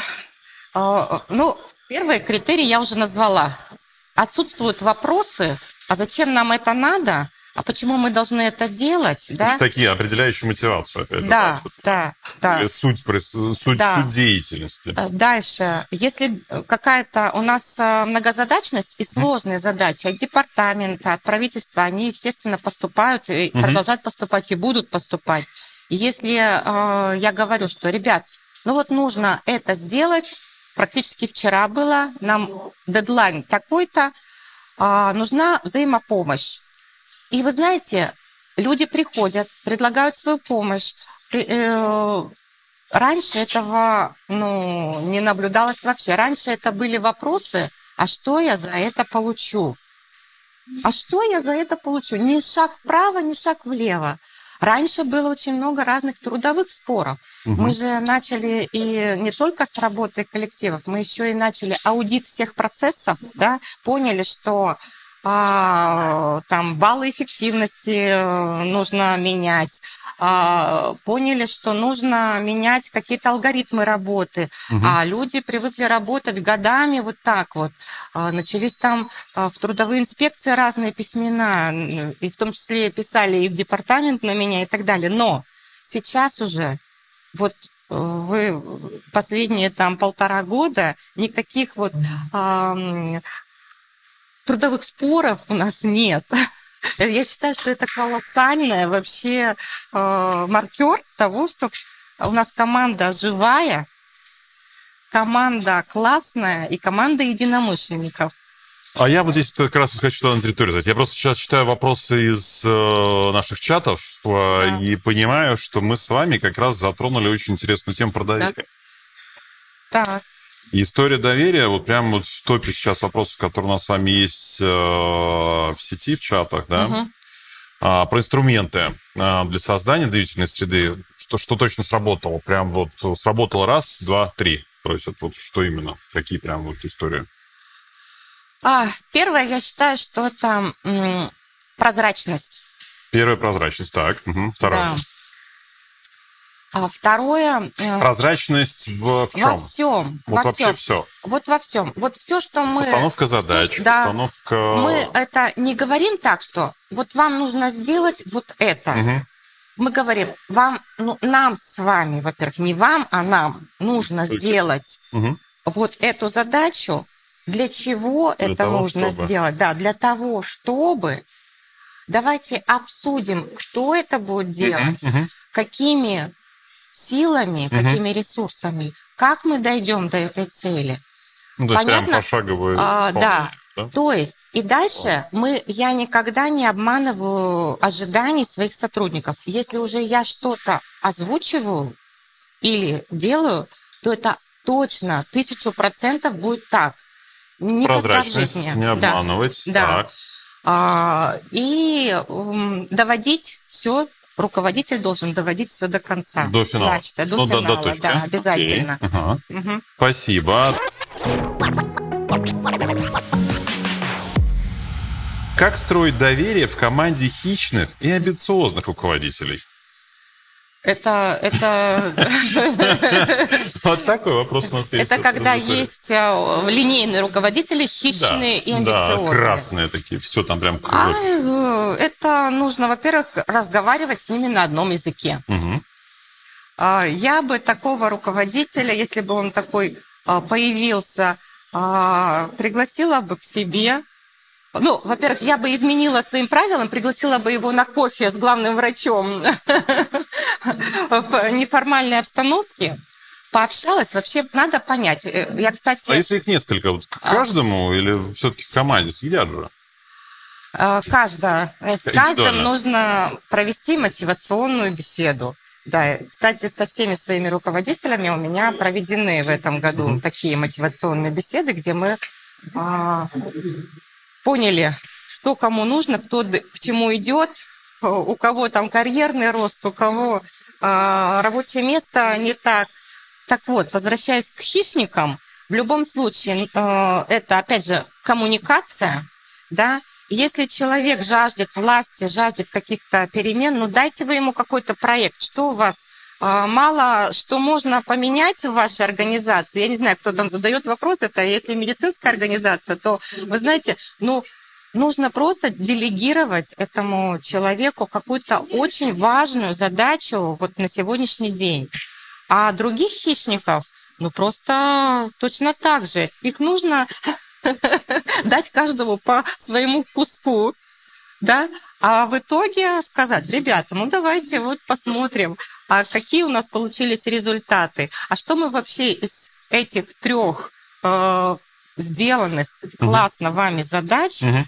А, Ну, первый критерий я уже назвала. Отсутствуют вопросы, а зачем нам это надо, а почему мы должны это делать, То да? есть такие определяющие мотивацию, опять же. Да, вот, да, да. э, Суть, прос- суть, Да. суть деятельности. Э, Дальше, если какая-то у нас э, многозадачность и сложные задачи от департамента, от правительства, они, естественно, поступают и Мгм. продолжают поступать и будут поступать. И если э, я говорю, что, ребят, ну вот нужно это сделать, практически вчера было, нам дедлайн такой-то, а, нужна взаимопомощь. И вы знаете, люди приходят, предлагают свою помощь. При- э, Раньше этого ну, не наблюдалось вообще. Раньше это были вопросы, а что я за это получу? А что я за это получу? Ни шаг вправо, ни шаг влево. Раньше было очень много разных трудовых споров. Мгм. Мы же начали и не только с работы коллективов, мы еще и начали аудит всех процессов, да, поняли, что а, там баллы эффективности э, нужно менять, а, поняли, что нужно менять какие-то алгоритмы работы, Мгм. а люди привыкли работать годами вот так вот. А, начались там а, в трудовые инспекции разные письмена, м, и в том числе писали и в департамент на меня и так далее. Но сейчас уже вот э, вы последние там полтора года никаких вот ам, трудовых споров у нас нет. Я считаю, что это колоссальный вообще э, маркер того, что у нас команда живая, команда классная и команда единомышленников. А я вот здесь как раз вот хочу туда на территорию зайти. Я просто сейчас читаю вопросы из э, наших чатов э, Да. и понимаю, что мы с вами как раз затронули очень интересную тему про доверие. Так, И история доверия, вот прям вот в топе сейчас вопросов, которые у нас с вами есть э, в сети, в чатах, да, мгм. а, про инструменты а, для создания доверительной среды, что, что точно сработало, прям вот сработало раз, два, три. Просят, вот что именно, какие прям вот истории. А, первое, я считаю, что это м, прозрачность. Первая прозрачность, так, угу. Второе. Да. А второе, э, Прозрачность в, в чем? во всем, Вот во вообще всем. все. Вот во всем. Вот все, что мы... Постановка всё, задач, да, постановка... мы это не говорим так, что вот вам нужно сделать вот это. Мгм. Мы говорим, вам, ну, нам с вами, во-первых, не вам, а нам нужно Точно. сделать Мгм. вот эту задачу Для чего Для это того, нужно чтобы. сделать? Да, для того, чтобы... Давайте обсудим, кто это будет делать, мгм. какими силами, Мгм. какими ресурсами, как мы дойдем до этой цели. Ну, то есть прям Понятно? пошаговое А, исполнение, да. да? То есть, и дальше мы, я никогда не обманываю ожиданий своих сотрудников. Если уже я что-то озвучиваю или делаю, то это точно, тысячу процентов будет так. Никогда в Прозрачность, жизни. не Да. обманывать. Да. Так. А, и м, доводить все, руководитель должен доводить все до конца. До финала. Начато, до Ну, до- финала, до точки. да, обязательно. Окей. Ага. Мгм. Спасибо. Как строить доверие в команде хищных и амбициозных руководителей? Это, это, Вот такой вопрос у нас есть. это когда аудитория. есть э, линейные руководители, хищные и Да, амбициозные. красные такие, все там прям А кровь. э, это нужно, во-первых, разговаривать с ними на одном языке. Мгм. А, Я бы такого руководителя, если бы он такой а, появился, а, пригласила бы к себе. Ну, во-первых, я бы изменила своим правилам, пригласила бы его на кофе с главным врачом в неформальной обстановке, пообщалась. Вообще надо понять. Э, Я, кстати, А если их несколько, вот к каждому или все-таки в команде сидят же? э, каждо- э, с Индивидуально. каждым нужно провести мотивационную беседу. Да, кстати, со всеми своими руководителями у меня проведены в этом году такие мотивационные беседы, где мы а, поняли, что кому нужно, кто д- к чему идет, э, у кого там карьерный рост, у кого а, рабочее место не так. Так вот, возвращаясь к хищникам, в любом случае э, это, опять же, коммуникация, да. Если человек жаждет власти, жаждет каких-то перемен, ну дайте вы ему какой-то проект. Что у вас э, мало, что можно поменять в вашей организации? Я не знаю, кто там задает вопрос. Это если медицинская организация, то вы знаете, ну нужно просто делегировать этому человеку какую-то очень важную задачу вот на сегодняшний день. А других хищников, ну просто точно так же. Их нужно дать каждому по своему куску, да, а в итоге сказать: ребята, ну давайте вот посмотрим, а какие у нас получились результаты, а что мы вообще из этих трех э, сделанных классно вами задач Мгм.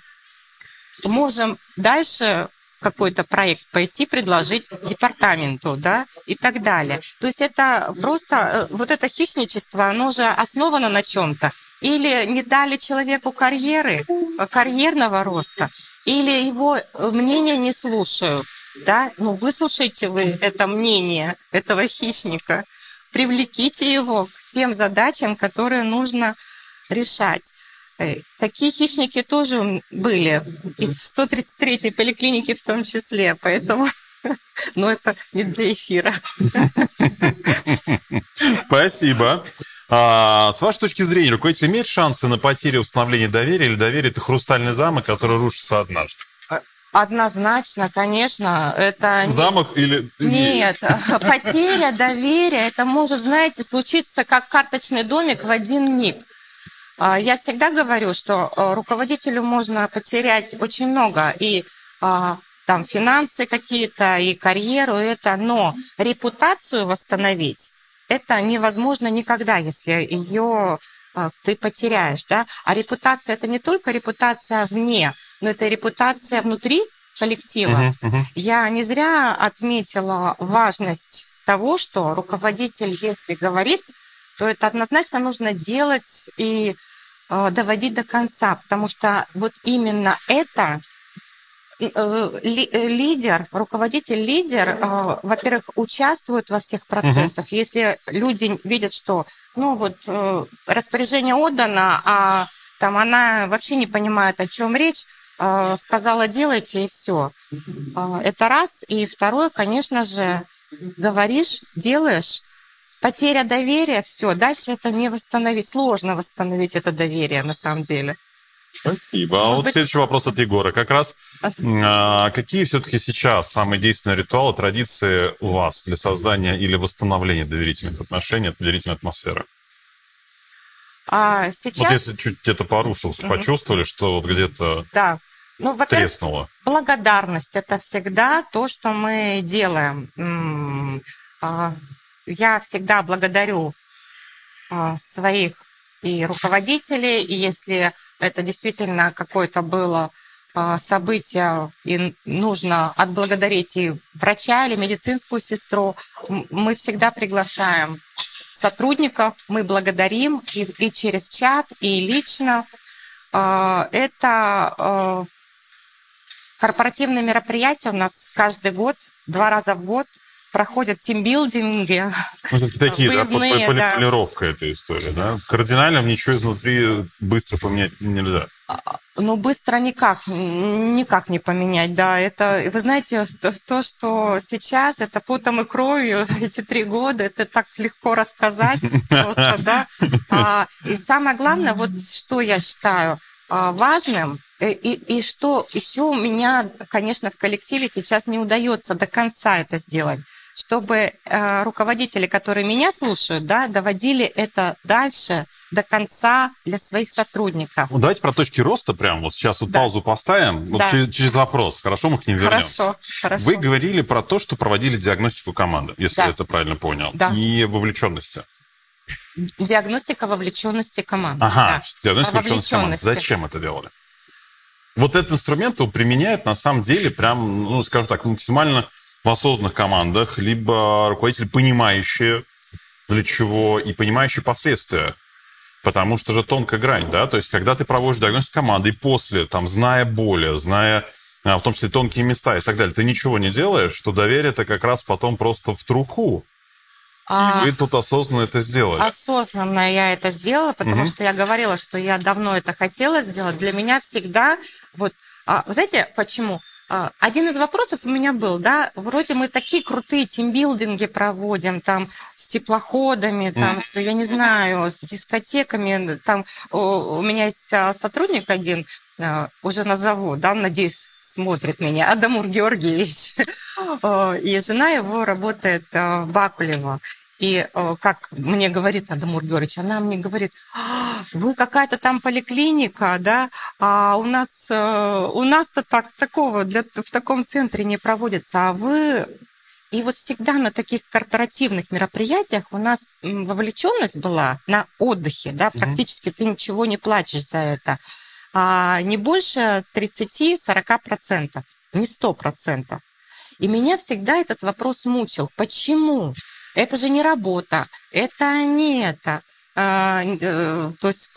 можем дальше какой-то проект пойти предложить департаменту, да, и так далее. То есть это просто, э, вот это хищничество, оно же основано на чем-то. Или не дали человеку карьеры, э, карьерного роста, или его э, мнение не слушают, да. Ну, выслушайте вы это мнение этого хищника, привлеките его к тем задачам, которые нужно решать. Э, Такие хищники тоже были, и в сто тридцать третьей поликлинике в том числе, поэтому, но это не для эфира. Спасибо. А, с вашей точки зрения, руководитель имеет шансы на потерю установления доверия, или доверие – это хрустальный замок, который рушится однажды? Однозначно, конечно, это... не- Замок или... Нет, потеря доверия, это может, знаете, случиться как карточный домик в один миг. А, Я всегда говорю, что э, руководителю можно потерять очень много, и а, там финансы какие-то, и карьеру, и это, но репутацию восстановить это невозможно никогда, если ее а, ты потеряешь, да. А репутация — это не только репутация вне, но это репутация внутри коллектива. Мгм, мгм. Я не зря отметила важность того, что руководитель, если говорит, то это однозначно нужно делать и э, доводить до конца, потому что вот именно это э, ли- э, лидер, руководитель-лидер, э, во-первых, участвует во всех процессах. Если люди видят, что, ну вот, э, распоряжение отдано, а там она вообще не понимает, о чем речь, э, сказала делайте, и все. Это раз. И второе, конечно же, говоришь, делаешь, потеря доверия, все, дальше это не восстановить. Сложно восстановить это доверие, на самом деле. Спасибо. А Может вот быть- следующий вопрос от Егора. Как раз а, какие все-таки сейчас самые действенные ритуалы, традиции у вас для создания или восстановления доверительных отношений, доверительной атмосферы? А сейчас... Вот если чуть где-то порушился, угу. почувствовали, что вот где-то да. ну, во-первых, треснуло? Благодарность – это всегда то, что мы делаем. Я всегда благодарю своих и руководителей, и если это действительно какое-то было событие, и нужно отблагодарить и врача или медицинскую сестру, мы всегда приглашаем сотрудников, мы благодарим и, и через чат, и лично. Это корпоративные мероприятия у нас каждый год, два раза в год проходят тимбилдинги. Ну, такие, выездные, да, да. полировка этой истории, да? Кардинально ничего изнутри быстро поменять нельзя. Ну, быстро никак, никак не поменять, да. Это, вы знаете, то, что сейчас, это потом и кровью, эти три года, это так легко рассказать просто, да. И самое главное, вот что я считаю важным, и, и что еще у меня, конечно, в коллективе сейчас не удается до конца это сделать, чтобы э, руководители, которые меня слушают, да, доводили это дальше до конца для своих сотрудников. Ну, давайте про точки роста прямо вот сейчас вот да. паузу поставим, вот да. через, через вопрос, хорошо, мы к ним вернемся. Хорошо, хорошо. Вы говорили про то, что проводили диагностику команды, если да. я это правильно понял, да. и вовлеченности. Диагностика вовлеченности команды. Ага, да. диагностика вовлеченности команды. Зачем это делали? Вот этот инструмент он применяет на самом деле прям, ну, скажем так, максимально в осознанных командах, либо руководители, понимающие для чего и понимающие последствия. Потому что же тонкая грань, да, то есть когда ты проводишь диагностику команды и после, там, зная боли, зная, в том числе, тонкие места и так далее, ты ничего не делаешь, что доверие-то как раз потом просто в труху. А... И вы тут осознанно это сделали. Осознанно я это сделала, потому угу. что я говорила, что я давно это хотела сделать. Для меня всегда... Вот, а, вы знаете, почему? А, один из вопросов у меня был, да, вроде мы такие крутые тимбилдинги проводим, там, с теплоходами, там, с, я не знаю, с дискотеками. Там, у, у меня есть сотрудник один, уже назову, да, надеюсь, смотрит меня, Адамур Георгиевич. И жена его работает в Бакулево. И как мне говорит Адамур Георгиевич, она мне говорит: вы какая-то там поликлиника, да, а у нас у нас-то так, такого для, в таком центре не проводится, а вы... И вот всегда на таких корпоративных мероприятиях у нас вовлеченность была на отдыхе, да, практически ты ничего не платишь за это. А не больше тридцать-сорок процентов, не сто процентов. И меня всегда этот вопрос мучил. Почему? Это же не работа, это не это. А, то есть,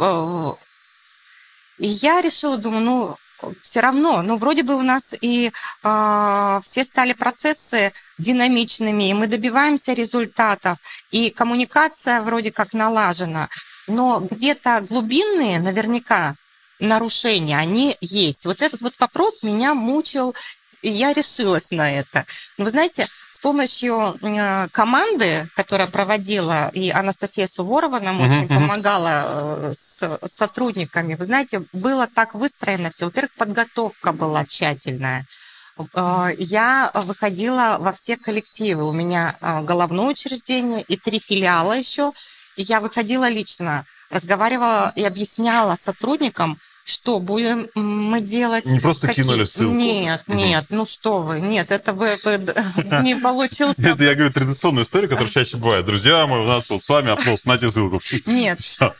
и я решила, думаю, ну, все равно, ну, вроде бы у нас и а, все стали процессы динамичными, и мы добиваемся результатов, и коммуникация вроде как налажена, но где-то глубинные, наверняка, нарушения, они есть. Вот этот вот вопрос меня мучил, и я решилась на это. Но вы знаете, с помощью команды, которая проводила, и Анастасия Суворова нам uh-huh, очень uh-huh. помогала с сотрудниками, вы знаете, было так выстроено все. Во-первых, подготовка была тщательная. Я выходила во все коллективы. У меня головное учреждение и три филиала еще. И я выходила лично, разговаривала и объясняла сотрудникам, что будем мы делать. Не просто какие... кинули ссылку. Нет, нет, ну что вы, нет, это бы не получился. Это, я говорю, традиционная история, которая чаще бывает. Друзья мои, у нас вот с вами опрос, нате ссылку. Нет,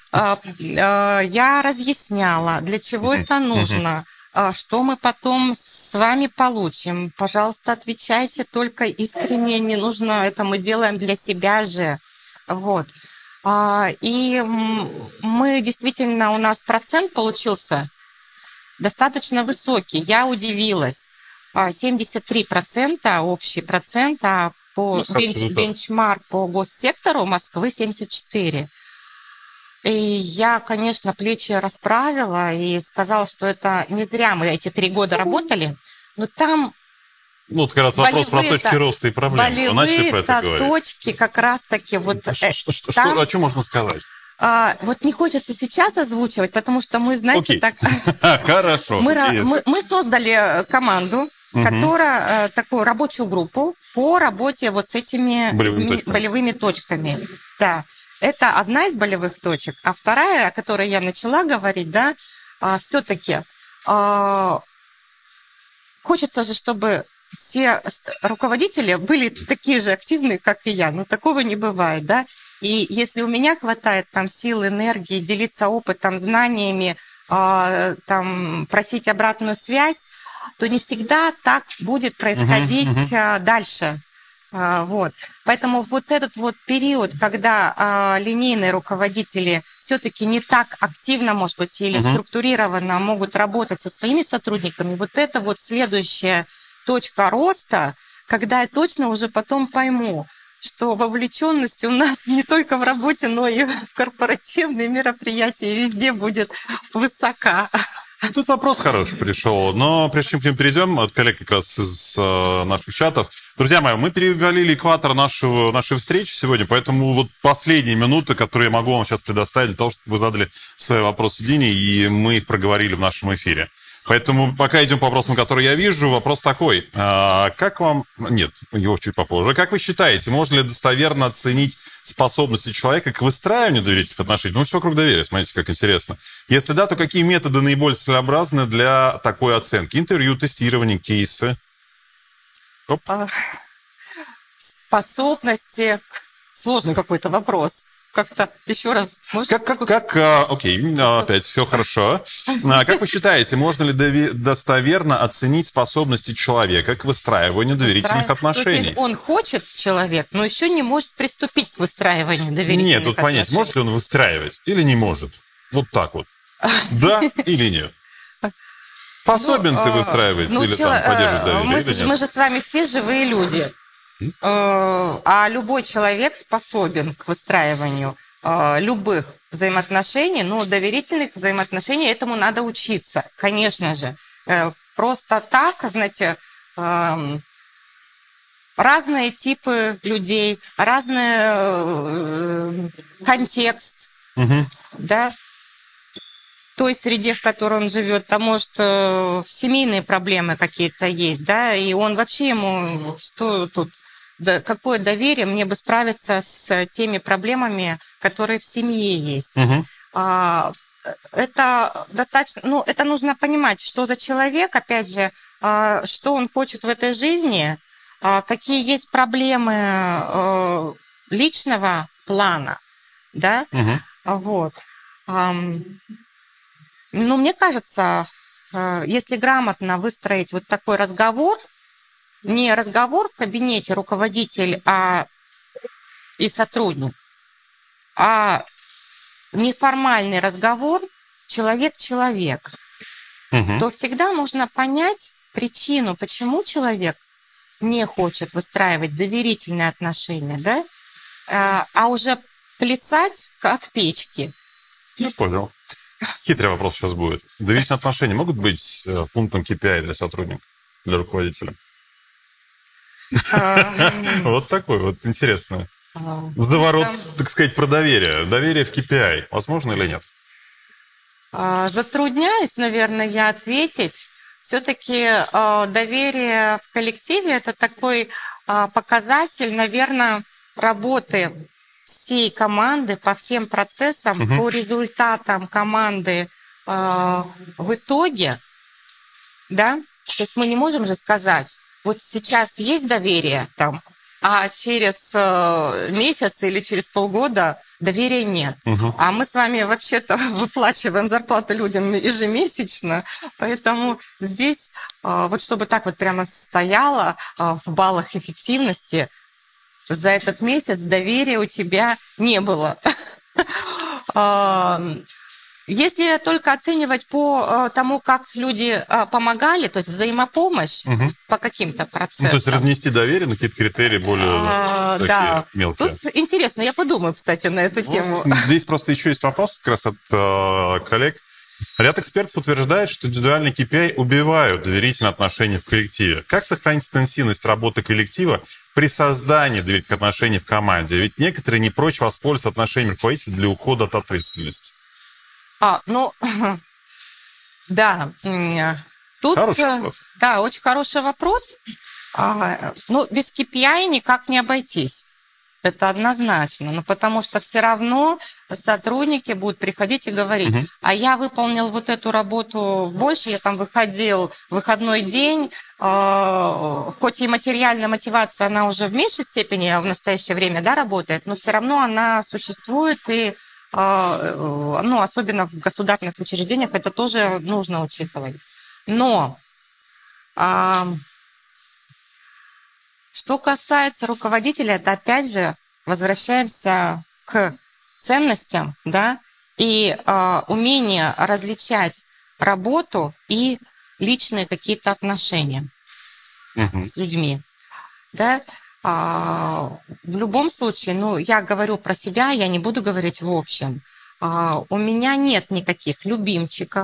я разъясняла, для чего это нужно, что мы потом с вами получим. Пожалуйста, отвечайте только искренне, не нужно, это мы делаем для себя же. Вот. И мы действительно, у нас процент получился достаточно высокий. Я удивилась. семьдесят три процента общий процент, а по бенч, бенчмарк по госсектору Москвы семьдесят четыре процента. И я, конечно, плечи расправила и сказала, что это не зря мы эти три года работали, но там... Ну, вот как раз вопрос про точки роста и проблем. Вы начали про это говорить? Точки как раз-таки вот... Что, что, там, что, о чем можно сказать? А, вот не хочется сейчас озвучивать, потому что мы, знаете, Окей. так... Хорошо. Мы, мы, мы создали команду, угу. которая... Такую рабочую группу, по работе вот с этими болевыми, изме- точками. болевыми точками. Да, это одна из болевых точек. А вторая, о которой я начала говорить, да, все-таки хочется же, чтобы все руководители были такие же активные, как и я. Но такого не бывает, да. И если у меня хватает там сил, энергии, делиться опытом, знаниями, э, там, просить обратную связь, то не всегда так будет происходить uh-huh, uh-huh. дальше. Э, вот. Поэтому вот этот вот период, когда э, линейные руководители все-таки не так активно, может быть, или uh-huh. структурированно могут работать со своими сотрудниками, вот это вот следующая точка роста, когда я точно уже потом пойму, что вовлеченность у нас не только в работе, но и в корпоративные мероприятия везде будет высока. Тут вопрос хороший пришел, но прежде чем к ним перейдем, от коллег как раз из э, наших чатов. Друзья мои, мы перевалили экватор нашего, нашей встречи сегодня, поэтому вот последние минуты, которые я могу вам сейчас предоставить для того, чтобы вы задали свои вопросы Дине, и мы их проговорили в нашем эфире. Поэтому пока идем по вопросам, которые я вижу. Вопрос такой. А, как вам... Нет, его чуть попозже. Как вы считаете, можно ли достоверно оценить способности человека к выстраиванию доверительных отношений? Ну, все вокруг доверия, смотрите, как интересно. Если да, то какие методы наиболее целесообразны для такой оценки? Интервью, тестирование, кейсы? Оп. Способности... Сложный какой-то вопрос. Как-то еще раз... Может... Как, как, как, а, окей, опять все хорошо. А, как вы считаете, можно ли дови- достоверно оценить способности человека к выстраиванию доверительных Выстраив... отношений? То есть, если он хочет, человек, но еще не может приступить к выстраиванию доверительных Нет, тут отношений. понять, может ли он выстраивать или не может? Вот так вот. Да или нет? Способен ну, ты выстраивать ну, или чело... там поддерживать доверие? Мы, или нет? мы же с вами все живые люди. А любой человек способен к выстраиванию любых взаимоотношений, но доверительных взаимоотношений этому надо учиться, конечно же. Просто так, знаете, разные типы людей, разный контекст, угу. да, в той среде, в которой он живет, там, может, семейные проблемы какие-то есть, да, и он вообще ему, что тут... Да, какое доверие, мне бы справиться с теми проблемами, которые в семье есть. Угу. А, это достаточно, ну, это нужно понимать, что за человек, опять же, а, что он хочет в этой жизни, а, какие есть проблемы а, личного плана, да, угу. вот. А, ну, мне кажется, а, если грамотно выстроить вот такой разговор, не разговор в кабинете руководитель а и сотрудник, а неформальный разговор человек-человек, угу. то всегда можно понять причину, почему человек не хочет выстраивать доверительные отношения, да, а, а уже плясать от печки. Я понял. Хитрый вопрос сейчас будет. Доверительные отношения могут быть пунктом кей пи ай для сотрудника, для руководителя? Вот такой вот интересно. Заворот, так сказать, про доверие. Доверие в кей пи ай. Возможно или нет? Затрудняюсь, наверное, я ответить. Все-таки доверие в коллективе – это такой показатель, наверное, работы всей команды по всем процессам, угу. по результатам команды в итоге. Да? То есть мы не можем же сказать, вот сейчас есть доверие там, а через э, месяц или через полгода доверия нет. Угу. А мы с вами вообще-то выплачиваем зарплату людям ежемесячно, поэтому здесь, э, вот чтобы так вот прямо стояло э, в баллах эффективности, за этот месяц доверия у тебя не было. Если только оценивать по тому, как люди помогали, то есть взаимопомощь угу. по каким-то процессам. Ну, то есть разнести доверие на какие-то критерии более а, такие да. мелкие. Тут интересно, я подумаю, кстати, на эту тему. Ну, здесь просто еще есть вопрос как раз от э, коллег. Ряд экспертов утверждает, что индивидуальные кей пи ай убивают доверительные отношения в коллективе. Как сохранить интенсивность работы коллектива при создании доверительных отношений в команде? Ведь некоторые не прочь воспользоваться отношениями руководителя для ухода от ответственности. А, ну, да, тут, хороший вопрос. Да, очень хороший вопрос. А, ну, без кей пи ай никак не обойтись. Это однозначно. Ну, потому что все равно сотрудники будут приходить и говорить, Мгм. а я выполнил вот эту работу больше, я там выходил в выходной день, э, хоть и материальная мотивация, она уже в меньшей степени в настоящее время, да, работает, но все равно она существует, и, э, ну, особенно в государственных учреждениях, это тоже нужно учитывать. Но... а, Что касается руководителя, это опять же возвращаемся к ценностям, да, и э, умение различать работу и личные какие-то отношения Мгм. с людьми, да. А, в любом случае, ну, я говорю про себя, я не буду говорить в общем. А, у меня нет никаких любимчиков,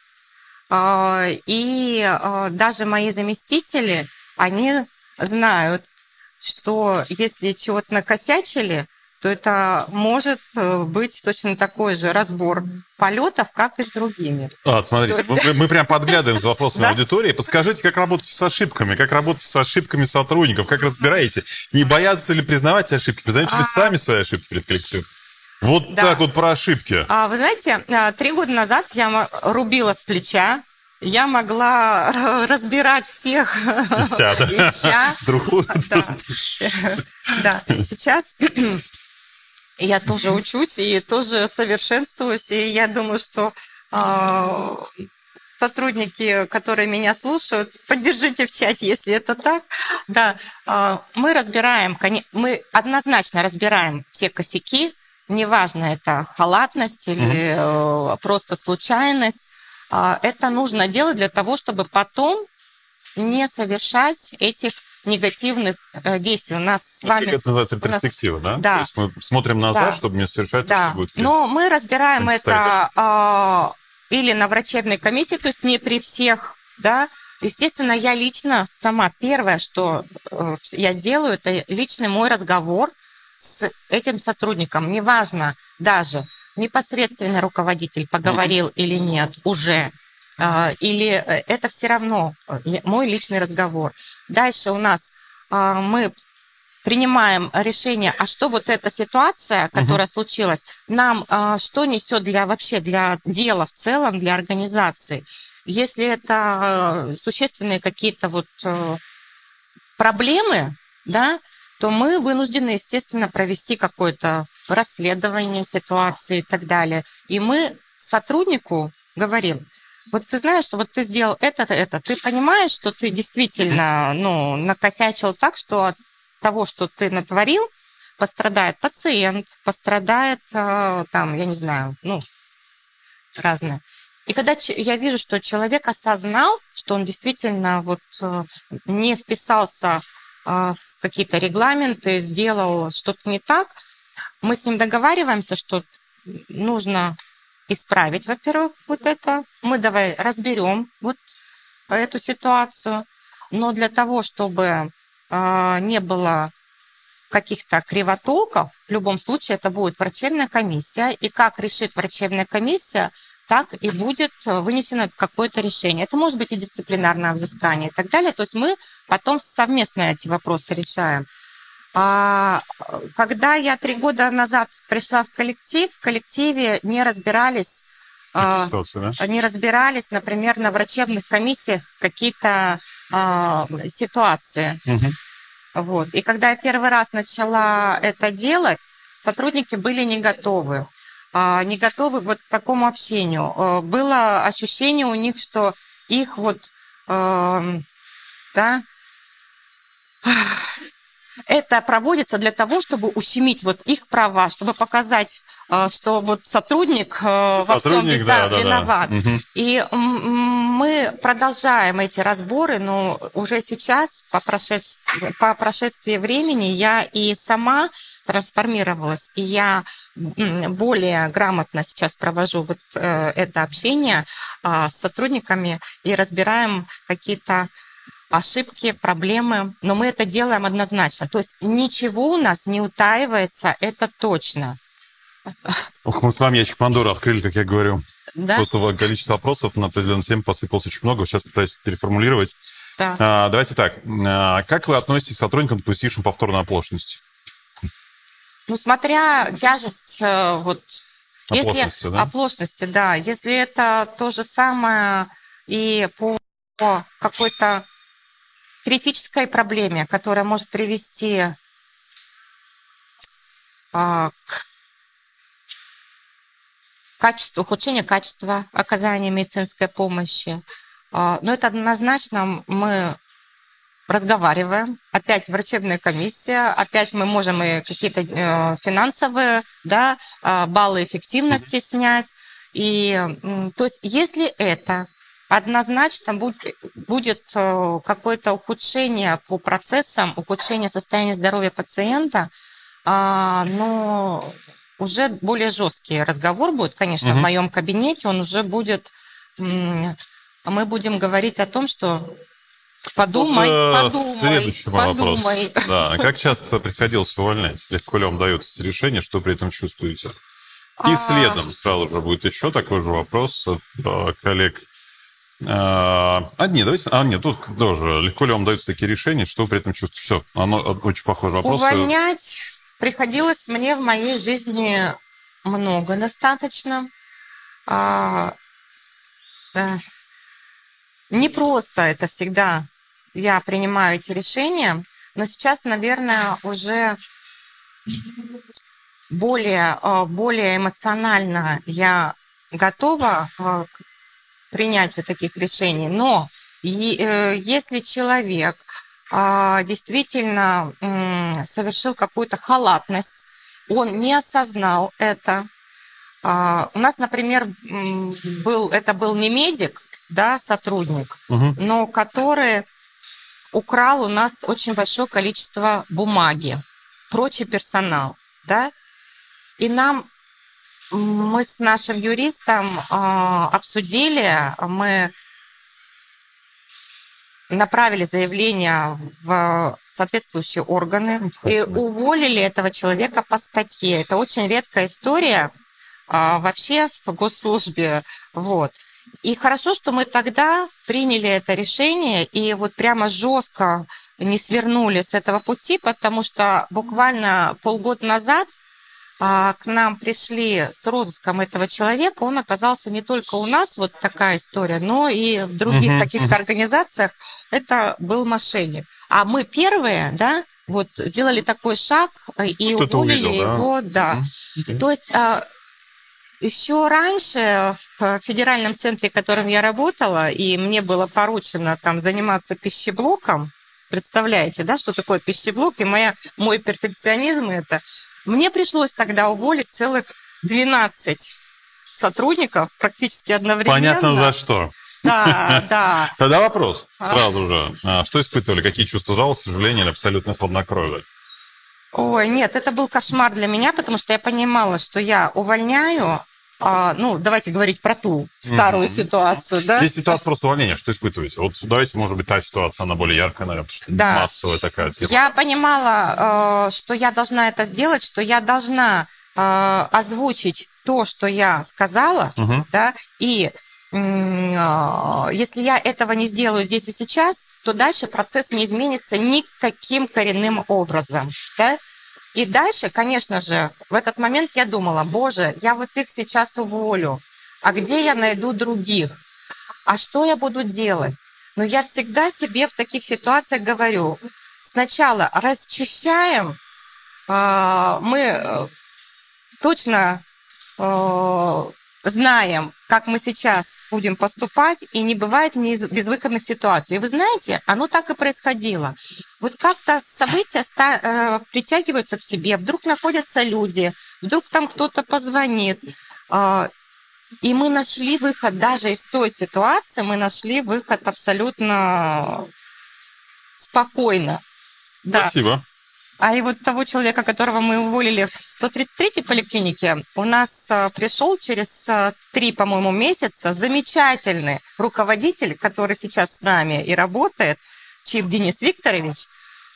а, и а, даже мои заместители, они знают, что если чего-то накосячили, то это может э, быть точно такой же разбор полетов, как и с другими. А, смотрите, То есть- мы, мы прям подглядываем за вопросами Да? аудитории. Подскажите, как работаете с ошибками, как работаете с ошибками сотрудников, как разбираете? Не боятся ли признавать ошибки? Признаете ли А. сами свои ошибки перед коллективом? Вот Да. так вот про ошибки. А, вы знаете, а, три года назад я м- рубила с плеча, я могла э, разбирать всех И вся, да? и вся. Вдруг- Да. Да, сейчас я тоже учусь и тоже совершенствуюсь, и я думаю, что а, сотрудники, которые меня слушают, поддержите в чате, если это так. Да, а, мы разбираем, коне- мы однозначно разбираем все косяки, неважно, это халатность или э, просто случайность. А, Это нужно делать для того, чтобы потом не совершать этих негативных э, действий. У нас с вами... Это называется у нас- ретроспектива, да? Да. То есть мы смотрим назад, Да. чтобы не совершать то, Да, что будет. но мы разбираем Значит, это а, или на врачебной комиссии, то есть не при всех, да. Естественно, я лично сама первое, что э, я делаю, это личный мой разговор с этим сотрудником. Неважно даже, непосредственно руководитель поговорил или нет уже, а, или э, это все равно э, я- мой личный разговор. Дальше у нас а, мы принимаем решение, а что вот эта ситуация, которая случилась, нам а, что несет для вообще для дела в целом, для организации. Если это э, существенные какие-то вот э, проблемы, да, то мы вынуждены, естественно, провести какое-то расследование ситуации и так далее. И мы сотруднику говорим, вот ты знаешь, что вот ты сделал это, это, ты понимаешь, что ты действительно, ну, накосячил так, что от того, что ты натворил, пострадает пациент, пострадает, э, там, я не знаю, ну, разное. И когда ч- я вижу, что человек осознал, что он действительно вот э, не вписался э, в какие-то регламенты, сделал что-то не так, мы с ним договариваемся, что нужно исправить, во-первых, вот это. Мы давай разберем вот эту ситуацию. Но для того, чтобы э, не было каких-то кривотолков, в любом случае это будет врачебная комиссия, и как решит врачебная комиссия, так и будет вынесено какое-то решение. Это может быть и дисциплинарное взыскание и так далее. То есть мы потом совместно эти вопросы решаем. А когда я три года назад пришла в коллектив, в коллективе не разбирались, Какие а, ситуации, да? не разбирались, например, на врачебных комиссиях какие-то а, ситуации. Мгм. Вот. И когда я первый раз начала это делать, сотрудники были не готовы. А, не готовы вот к такому общению. А, Было ощущение у них, что их вот, эм, да, это проводится для того, чтобы ущемить вот их права, чтобы показать, э, что вот сотрудник э, во всем Сотрудник, да, да, да. виноват. Мгм. И м, м, мы продолжаем эти разборы, но уже сейчас, по, прошедш- по прошествии времени, я и сама трансформировалась, и я м, более грамотно сейчас провожу вот э, это общение а, с сотрудниками и разбираем какие-то ошибки, проблемы, но мы это делаем однозначно. То есть ничего у нас не утаивается, это точно. Ох, мы с вами ящик Пандоры открыли, как я говорю. Да? Просто количество вопросов на определенную тему посыпалось очень много. Сейчас пытаюсь переформулировать. Да. А, давайте так. А, как вы относитесь к сотрудникам, допустившим повторную оплошность? Ну, смотря тяжесть, э, вот... Оплошности, если, да? Оплошности, да. Если это то же самое и по какой-то критической проблеме, которая может привести а, к качеству, ухудшению качества оказания медицинской помощи, а, но это однозначно мы разговариваем, опять врачебная комиссия, опять мы можем и какие-то э, финансовые, да, э, баллы эффективности mm-hmm. снять. И, э, то есть, если это однозначно будет, будет э, какое-то ухудшение по процессам, ухудшение состояния здоровья пациента, э, но уже более жесткий разговор будет, конечно, mm-hmm. в моем кабинете, он уже будет, э, мы будем говорить о том, что Подумай, Тут, подумай, следующий подумай. Вопрос. Да. Как часто приходилось увольнять? Легко ли вам дается эти решения? Что при этом чувствуете? И а... следом сразу же будет еще такой же вопрос от коллег. А, нет, давайте... А, нет, тут тоже. Легко ли вам даются такие решения? Что вы при этом чувствуете? Все, оно очень похоже вопрос. Увольнять приходилось мне в моей жизни много достаточно. А... Да. Не просто это всегда я принимаю эти решения, но сейчас, наверное, уже более, более эмоционально я готова к принятию таких решений. Но если человек действительно совершил какую-то халатность, он не осознал это. У нас, например, был, это был не медик, да, сотрудник, угу. но который украл у нас очень большое количество бумаги, прочий персонал, да, и нам, мы с нашим юристом э, обсудили, мы направили заявление в соответствующие органы и уволили этого человека по статье. Это очень редкая история э, вообще в госслужбе, вот. И хорошо, что мы тогда приняли это решение и вот прямо жестко не свернули с этого пути, потому что буквально полгода назад а, к нам пришли с розыском этого человека. Он оказался не только у нас, вот такая история, но и в других uh-huh, каких-то uh-huh. организациях. Это был мошенник. А мы первые, да, вот сделали такой шаг и Кто-то уволили увидел, его, да. да. Uh-huh. То есть... Еще раньше в федеральном центре, в котором я работала, и мне было поручено там заниматься пищеблоком, представляете, да, что такое пищеблок, и моя, мой перфекционизм это, мне пришлось тогда уволить целых двенадцать сотрудников практически одновременно. Понятно, за что. Да, да. Тогда вопрос сразу же. Что испытывали? Какие чувства жалости, сожаления или абсолютно хладнокровие? Ой, нет, это был кошмар для меня, потому что я понимала, что я увольняю, а, ну, давайте говорить про ту старую mm-hmm. ситуацию, да? Здесь ситуация просто увольнения, что испытываете? Вот давайте, может быть, та ситуация, она более яркая, наверное, потому что да. массовая такая тема. Я понимала, э, что я должна это сделать, что я должна э, озвучить то, что я сказала, mm-hmm. да, и если я этого не сделаю здесь и сейчас, то дальше процесс не изменится никаким коренным образом. Да? И дальше, конечно же, в этот момент я думала, боже, я вот их сейчас уволю, а где я найду других? А что я буду делать? Но я всегда себе в таких ситуациях говорю, сначала расчищаем, мы точно знаем, как мы сейчас будем поступать, и не бывает безвыходных ситуаций. И вы знаете, оно так и происходило. Вот как-то события ста- э, притягиваются к тебе, вдруг находятся люди, вдруг там кто-то позвонит. Э, и мы нашли выход, даже из той ситуации, мы нашли выход абсолютно спокойно. Спасибо. Да. А и вот того человека, которого мы уволили в сто тридцать третьей поликлинике, у нас пришел через три, по-моему, месяца замечательный руководитель, который сейчас с нами и работает, Чип Денис Викторович.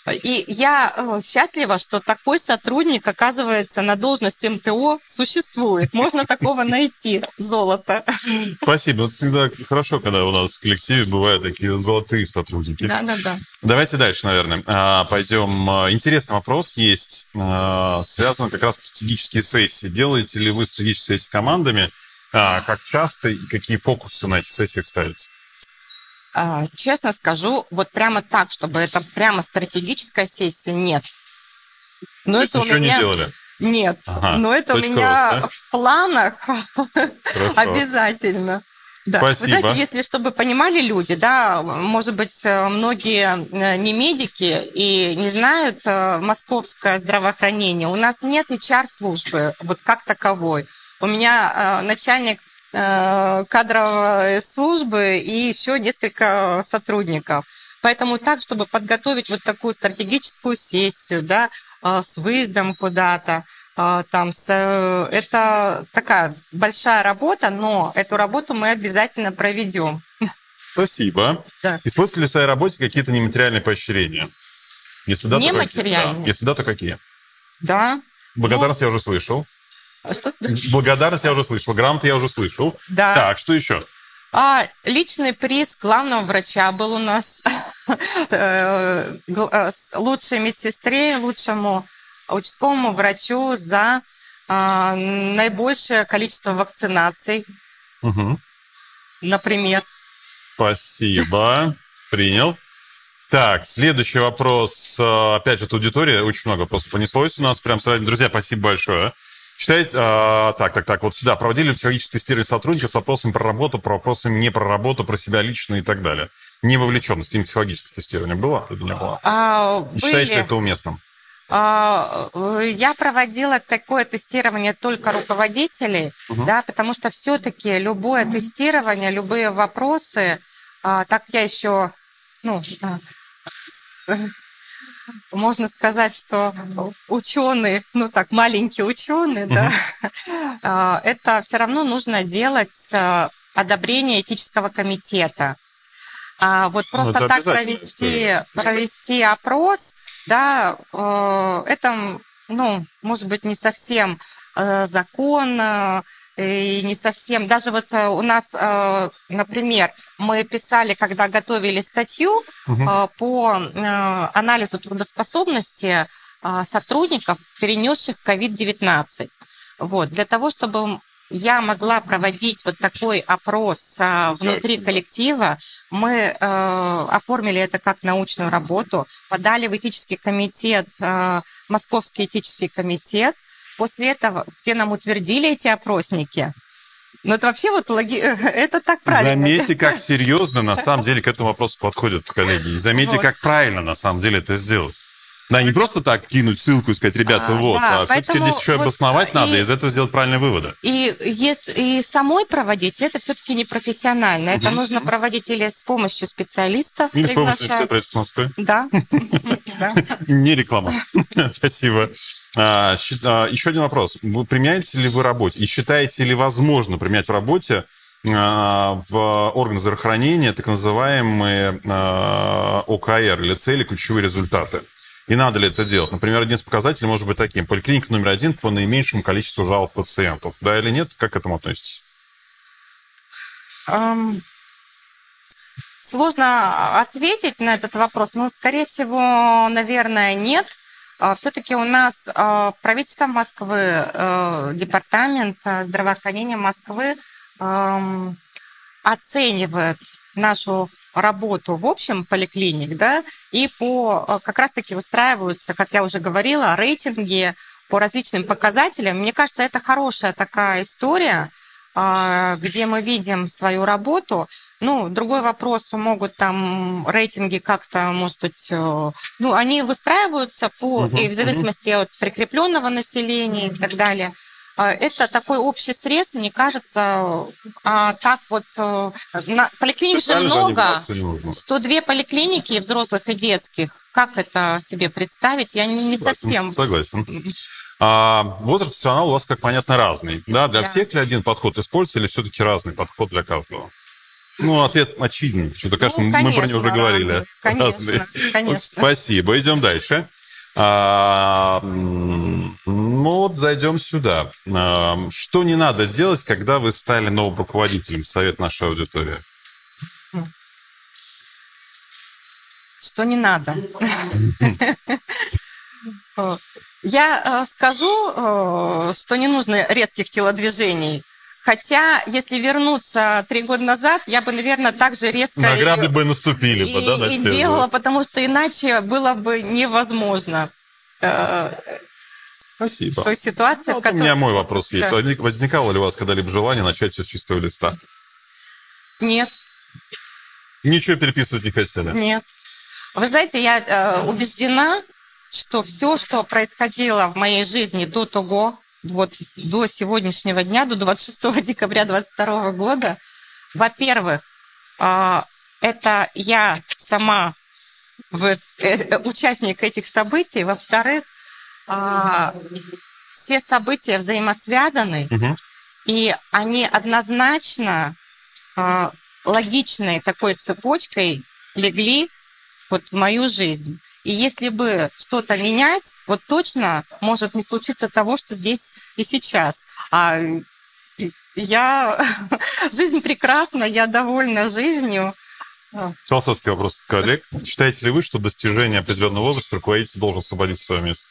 И я э, счастлива, что такой сотрудник, оказывается, на должности эм тэ о существует. Можно такого найти, золото. Спасибо. Вот всегда хорошо, когда у нас в коллективе бывают такие золотые сотрудники. Да-да-да. Давайте дальше, наверное, пойдем. Интересный вопрос есть, связан как раз про стратегические сессии. Делаете ли вы стратегические сессии с командами? Как часто и какие фокусы на этих сессиях ставите? Честно скажу, вот прямо так, чтобы это прямо стратегическая сессия, нет. Но То это есть у ничего меня... не делали? Нет, Ага, но это у точка меня роста. в планах Хорошо. обязательно. Да. Спасибо. Вы знаете, если чтобы понимали люди, да, может быть, многие не медики и не знают московское здравоохранение. У нас нет эйч ар-службы, вот как таковой. У меня начальник кадровой службы и еще несколько сотрудников. Поэтому так, чтобы подготовить вот такую стратегическую сессию, да, с выездом куда-то, там, с, это такая большая работа, но эту работу мы обязательно проведем. Спасибо. Да. Используете ли в своей работе какие-то нематериальные поощрения? Если да, то какие? Нематериальные? Да. Если да, то какие? Да. Благодарность я уже слышал. Что? Благодарность я уже слышал. Грамоты я уже слышал. Да. Так, что еще? А, личный приз главного врача был у нас. Лучшей медсестре, лучшему участковому врачу за а, наибольшее количество вакцинаций, Угу. например. Спасибо. Принял. Так, следующий вопрос. Опять же, от аудитории. Очень много просто понеслось у нас. Прям сразу. Друзья, спасибо большое. Считаете, а, так, так, так, вот сюда. Проводили психологическое тестирование сотрудника с вопросами про работу, про вопросами не про работу, про себя лично и так далее. Не вовлеченность, именно психологическое тестирование было или не было? А, Считаете были... это уместным? А, я проводила такое тестирование только руководителей, Угу. да, потому что все-таки любое тестирование, любые вопросы, а, так я еще, ну, а, можно сказать, что ученые, ну так, маленькие ученые, да, а, это все равно нужно делать а, одобрение этического комитета. А вот Ну, просто это так обязательная провести, история. провести опрос, да, э, это, ну, может быть, не совсем э, законно, и не совсем... Даже вот э, у нас, э, например, мы писали, когда готовили статью Угу. э, по э, анализу трудоспособности э, сотрудников, перенесших ковид девятнадцать. Вот, для того, чтобы я могла проводить вот такой опрос а, внутри коллектива, мы э, оформили это как научную работу, подали в этический комитет, э, Московский этический комитет. После этого, где нам утвердили эти опросники, ну это вообще вот логи... это так правильно. Заметьте, как серьезно на самом деле к этому вопросу подходят коллеги. И заметьте, Вот. как правильно на самом деле это сделать. Да, не просто так кинуть ссылку и сказать, ребята, А, вот, да, а все-таки поэтому здесь еще вот обосновать и- надо, и из этого сделать правильные выводы. И, если, и самой проводить, это все-таки не профессионально. Это Мгм. нужно проводить или с помощью специалистов. Или с помощью приглашать. правительства Москвы. Да. Да. Не реклама. Спасибо. А, щи- а, еще один вопрос. Вы применяете ли вы в работе и считаете ли возможно применять в работе а, в органы здравоохранения так называемые а, о ка эр или цели, ключевые результаты? И надо ли это делать? Например, один из показателей может быть таким. Поликлиника номер один по наименьшему количеству жалоб пациентов. Да или нет? Как к этому относитесь? Ам, Сложно ответить на этот вопрос, но, скорее всего, наверное, нет. Все-таки у нас а, правительство Москвы, э, департамент э, здравоохранения Москвы ам, оценивает нашу работу в общем поликлиник, да, и по э, как раз-таки выстраиваются, как я уже говорила, рейтинги по различным показателям. Мне кажется, это хорошая такая история, а, где мы видим свою работу. Ну, другой вопрос, могут там рейтинги как-то, может быть, э, ну, они выстраиваются по, Мгм, и в зависимости от прикрепленного населения и так далее. А, Это такой общий срез, мне кажется, а так вот, э, на- поликлиник же Специально за много, анимацию не нужно. сто две поликлиники взрослых и детских. Как это себе представить? Я не, не Согласен, совсем... Согласен. А возраст профессионала у вас, как понятно, разный. Да, для Да. всех ли один подход используется, или все-таки разный подход для каждого? Ну, ответ очевиден. Что-то, кажется, Ну, мы про него конечно, уже говорили. разные. Конечно, Разные. конечно. Спасибо. Идем дальше. А, м, ну, вот зайдем сюда. А, что не надо делать, когда вы стали новым руководителем? Совет нашей аудитории. Что не надо. Я э, скажу, э, что не нужно резких телодвижений. Хотя, если вернуться три года назад, я бы, наверное, так же резко На и- грабли бы наступили бы, да, на и, и первую? делала, потому что иначе было бы невозможно. Э, Спасибо. В той ситуации, Ну, в вот у меня которой... мой вопрос есть. Да. Возник- Возникало ли у вас когда-либо желание начать все с чистого листа? Нет, Ничего переписывать не хотели? нет. Вы знаете, я э, убеждена, что все, что происходило в моей жизни до того, вот до сегодняшнего дня, до двадцать шестого декабря двадцать второго года, во-первых, э, это я сама в, э, участник этих событий, во-вторых, э, все события взаимосвязаны, Мгм. и они однозначно э, логичной такой цепочкой легли вот в мою жизнь. И если бы что-то менять, вот точно может не случиться того, что здесь и сейчас. А я... Жизнь прекрасна, я довольна жизнью. Философский вопрос от коллег. Считаете ли вы, что достижение определенного возраста руководитель должен освободить свое место?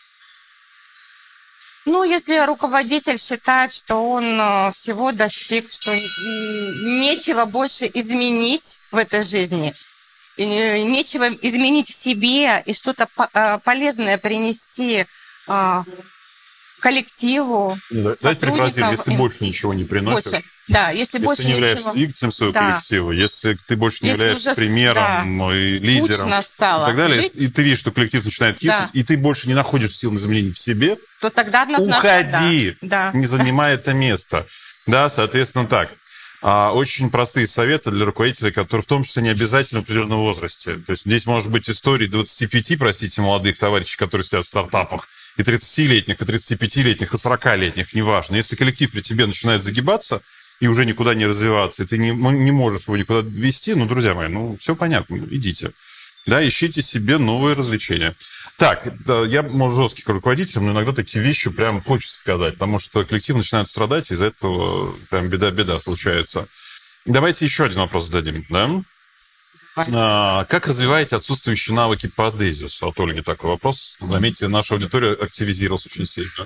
Ну, если руководитель считает, что он э, всего достиг, что м, нечего больше изменить в этой жизни, и не- нечего изменить в себе и что-то по- э, полезное принести э, коллективу, Давайте прекратим, сотрудникам. если ты им больше ничего не приносишь. больше. Да, если, Если больше ты не являешься ничего. двигателем своего Да. коллектива, если ты больше не Если являешься уже, примером да, ну, и скучно лидером стало и так далее, жить. и ты видишь, что коллектив начинает киснуть, Да. и ты больше не находишь сил на изменения в себе, То тогда однозначно уходи, да. Да. не занимай это место. Да, соответственно, так. А, очень простые советы для руководителей, которые в том числе не обязательно в определенном возрасте. То есть здесь может быть истории двадцати пяти, простите, молодых товарищей, которые сидят в стартапах, и тридцатилетних, и тридцатипятилетних, и сорокалетних, неважно. Если коллектив при тебе начинает загибаться и уже никуда не развиваться, и ты не, не можешь его никуда вести, ну, друзья мои, ну, все понятно, идите. Да, ищите себе новые развлечения. Так, да, я, может, жесткий руководитель, но иногда такие вещи прям хочется сказать, потому что коллектив начинает страдать, из-за этого прям беда-беда случается. Давайте еще один вопрос зададим, да? А, как развиваете отсутствующие навыки по Адезиусу? От Ольги такой вопрос. Заметьте, наша аудитория активизировалась очень сильно.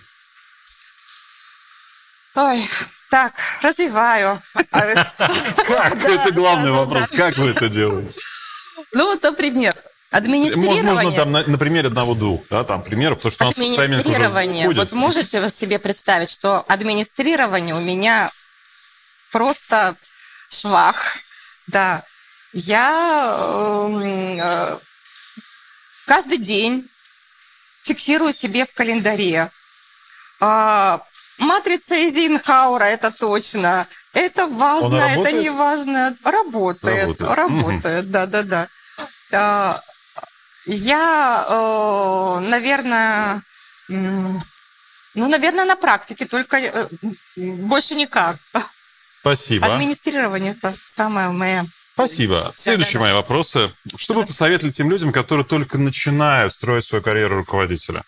Ой, так, развиваю. Как? Это главный вопрос. Как вы это делаете? Ну, вот, например, администрирование. Можно там на, на примере одного-двух, да, там примеров, потому что у нас тайминг уже Администрирование. уходит. Вот можете вы себе представить, что администрирование у меня просто швах. Да. Я эм, э, каждый день фиксирую себе в календаре. А, матрица Эйзенхауэра, это точно. Это важно, Она это работает? не важно. Работает, Работает. работает, да-да-да. А, Я, э, наверное, м, ну, наверное, на практике, только э, больше никак. Спасибо. Администрирование – это самое мое. Спасибо. Следующие Да-да-да. мои вопросы. Что вы посоветовали тем людям, которые только начинают строить свою карьеру руководителя?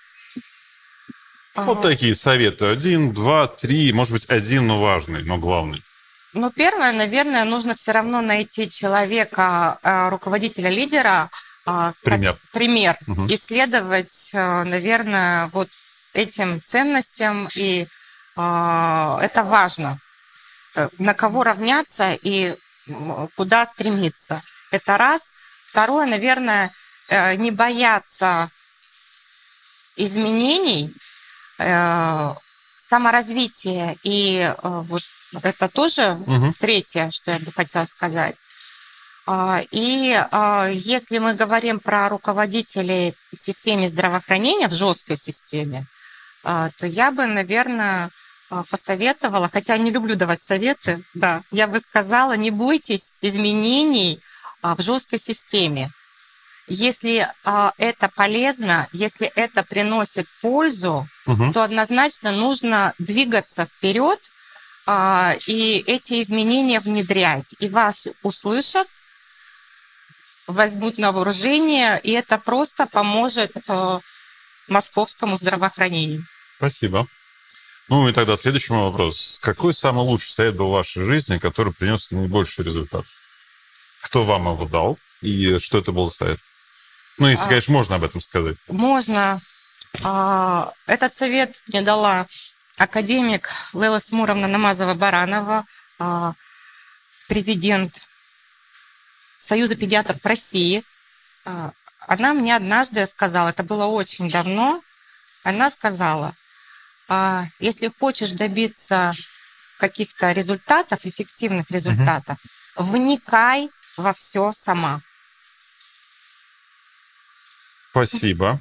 Вот такие советы. Один, два, три. Может быть, один, но важный, но главный. Ну, первое, наверное, нужно все равно найти человека, э, руководителя, лидера, э, как Пример. пример, Мгм. и следовать, э, наверное, вот этим ценностям, и э, это важно. Э, На кого равняться и м, куда стремиться. Это раз. Второе, наверное, э, не бояться изменений, э, саморазвития, и э, вот это тоже Мгм. третье, что я бы хотела сказать. А, И а, если мы говорим про руководителей в системе здравоохранения, в жесткой системе, а, то я бы, наверное, а, посоветовала, хотя не люблю давать советы, да, я бы сказала, не бойтесь изменений а, в жесткой системе. Если а, это полезно, если это приносит пользу, Мгм. то однозначно нужно двигаться вперед, а, и эти изменения внедрять. И вас услышат, возьмут на вооружение, и это просто поможет а, московскому здравоохранению. Спасибо. Ну и тогда следующий мой вопрос. Какой самый лучший совет был в вашей жизни, который принес наибольший результат? Кто вам его дал и что это был за совет? Ну, если, конечно, можно об этом сказать. Можно. Этот совет мне дала академик Лейла Смуровна Намазова-Баранова, президент Союза педиатров России. Она мне однажды сказала, это было очень давно, она сказала: если хочешь добиться каких-то результатов, эффективных результатов, mm-hmm. вникай во все сама. Спасибо.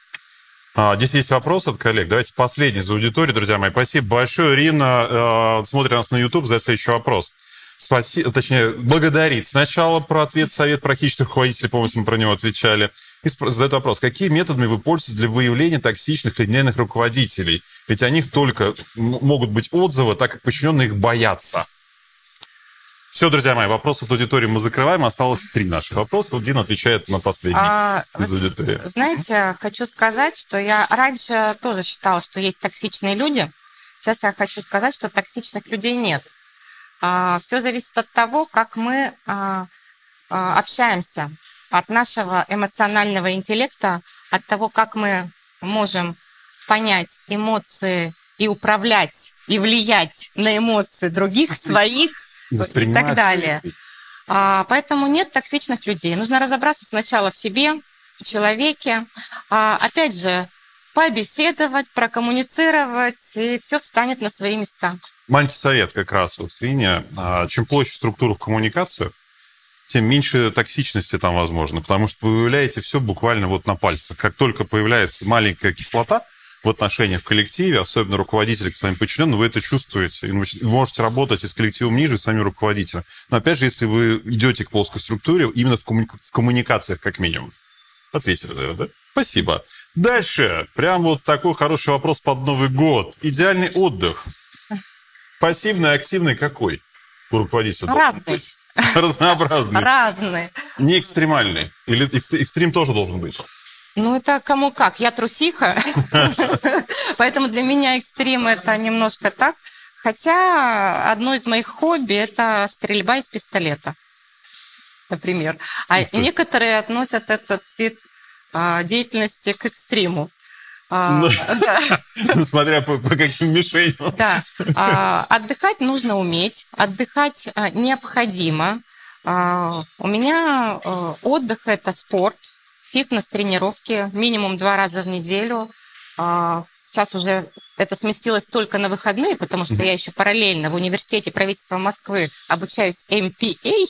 А, здесь есть вопрос от коллег. Давайте последний за аудиторию, друзья мои. Спасибо большое. Ирина э, смотрит нас на YouTube, задает следующий вопрос. Спасибо, точнее, благодарит. Сначала про ответ совет практических руководителей, помните, мы про него отвечали. И задает вопрос, какие методами вы пользуетесь для выявления токсичных линейных руководителей? Ведь о них только могут быть отзывы, так как подчиненные их боятся. Все, друзья мои, вопросы от аудитории мы закрываем. Осталось три наших вопроса. Вот Дина отвечает на последний а, из аудитории. Знаете, хочу сказать, что я раньше тоже считала, что есть токсичные люди. Сейчас я хочу сказать, что токсичных людей нет. А, все зависит от того, как мы а, а, общаемся, от нашего эмоционального интеллекта, от того, как мы можем понять эмоции и управлять, и влиять на эмоции других, своих, и так далее. А, поэтому нет токсичных людей. Нужно разобраться сначала в себе, в человеке. А, опять же, побеседовать, прокоммуницировать, и все встанет на свои места. Маленький совет как раз вот в линии. Чем проще структура в коммуникациях, тем меньше токсичности там возможно, потому что вы выявляете все буквально вот на пальцах. Как только появляется маленькая кислота в отношениях в коллективе, особенно руководители к своим подчиненным, вы это чувствуете. И вы можете работать и с коллективом ниже, и с самим руководителем. Но опять же, если вы идете к плоской структуре, именно в, коммуни... в коммуникациях как минимум. Ответили, наверное, да? Спасибо. Дальше. Прям вот такой хороший вопрос под Новый год. Идеальный отдых. Пассивный, активный какой у руководителя? Разный. Разнообразный. Разный. Не экстремальный. Или экстрим тоже должен быть? Ну, это кому как. Я трусиха, поэтому для меня экстрим это немножко так. Хотя одно из моих хобби это стрельба из пистолета, например. А некоторые относят этот вид а, деятельности к экстриму. А, ну, да. ну, смотря по, по каким мишеням. Да. А, отдыхать нужно уметь, отдыхать а, необходимо. А, у меня а, отдых это спорт. Фитнес, тренировки минимум два раза в неделю. Сейчас уже это сместилось только на выходные, потому что я еще параллельно в университете правительства Москвы обучаюсь эм пи эй.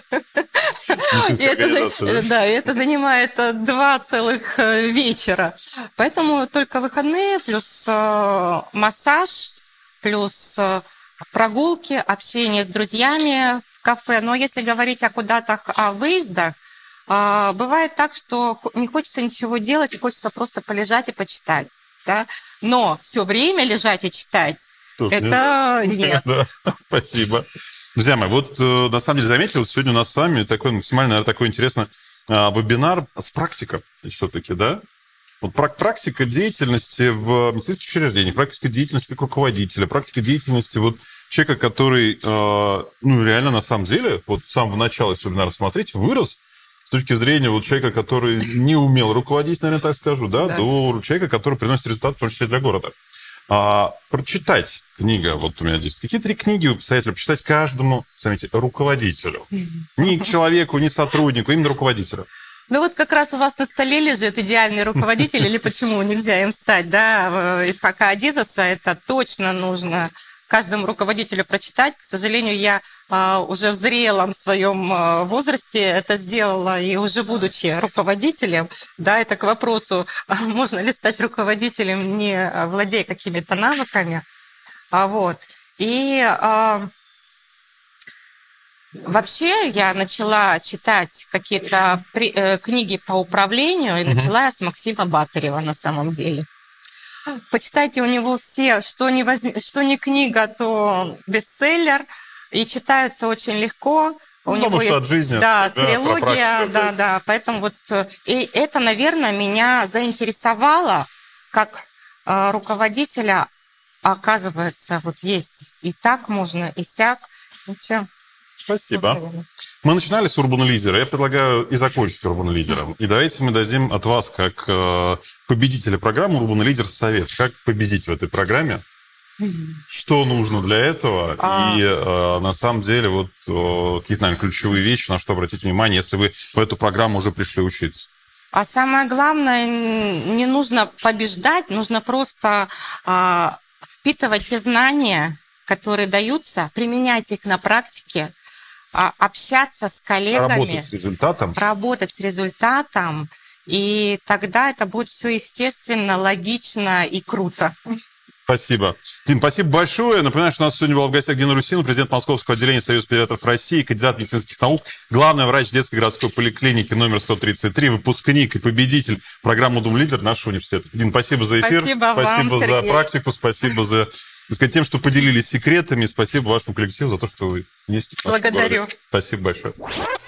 Да, и это занимает два целых вечера. Поэтому только выходные, плюс массаж, плюс прогулки, общение с друзьями в кафе. Но если говорить о куда-то о выездах, А, бывает так, что не хочется ничего делать, и хочется просто полежать и почитать. Да? Но все время лежать и читать, Слушай, это нет. Да, спасибо. Друзья мои, вот на самом деле заметили, вот сегодня у нас с вами такой максимально, наверное, такой интересный вебинар с практикой все-таки, да? Вот практика деятельности в медицинских учреждениях, практика деятельности как руководителя, практика деятельности вот человека, который, ну, реально на самом деле, вот с самого начала, если вебинар смотреть, вырос с точки зрения вот человека, который не умел руководить, наверное, так скажу, да, да. до человека, который приносит результат, в том числе для города. А, прочитать книга, вот у меня здесь. Какие три книги вы посоветовали прочитать каждому, заметьте, руководителю? Не человеку, не сотруднику, именно руководителю. Ну вот как раз у вас на столе лежит идеальный руководитель, или почему нельзя им стать, да, Исхака Адизаса, это точно нужно каждому руководителю прочитать. К сожалению, я а, уже в зрелом своем а, возрасте это сделала, и уже будучи руководителем, да, это к вопросу, а, можно ли стать руководителем, не владея какими-то навыками. А, вот. И а, вообще я начала читать какие-то при, э, книги по управлению, и начала я с Максима Батырева на самом деле. Почитайте у него все, что не, воз... что не книга, то бестселлер. И читаются очень легко. У Ну, него потому что есть, от жизни, от да, себя, про трилогия, практику. да, да. Поэтому вот э, и это, наверное, меня заинтересовало как э, руководителя. Оказывается, вот есть и так можно, и сяк. И всё. Спасибо. Мы начинали с Урбан Лидера. Я предлагаю и закончить Урбан Лидером. И давайте мы дадим от вас, как э, победителя программы Урбан Лидер, совет. Как победить в этой программе? Что нужно для этого? А. И э, на самом деле вот э, какие-то, наверное, ключевые вещи, на что обратить внимание, если вы в эту программу уже пришли учиться. А самое главное, н- не нужно побеждать, нужно просто а, впитывать те знания, которые даются, применять их на практике, а, общаться с коллегами, Работать с результатом. работать с результатом, и тогда это будет все естественно, логично и круто. Спасибо. Дин, спасибо большое. Напоминаю, что у нас сегодня была в гостях Дина Русинова, президент Московского отделения Союза педиатров России, кандидат медицинских наук, главный врач детской городской поликлиники номер сто тридцать три, выпускник и победитель программы «Урбан Лидер» нашего университета. Дин, спасибо за эфир. Спасибо вам, Спасибо за Сергей. практику, спасибо за, так сказать, тем, что поделились секретами. Спасибо вашему коллективу за то, что вы есть. в нашем Благодарю. городе. Спасибо большое.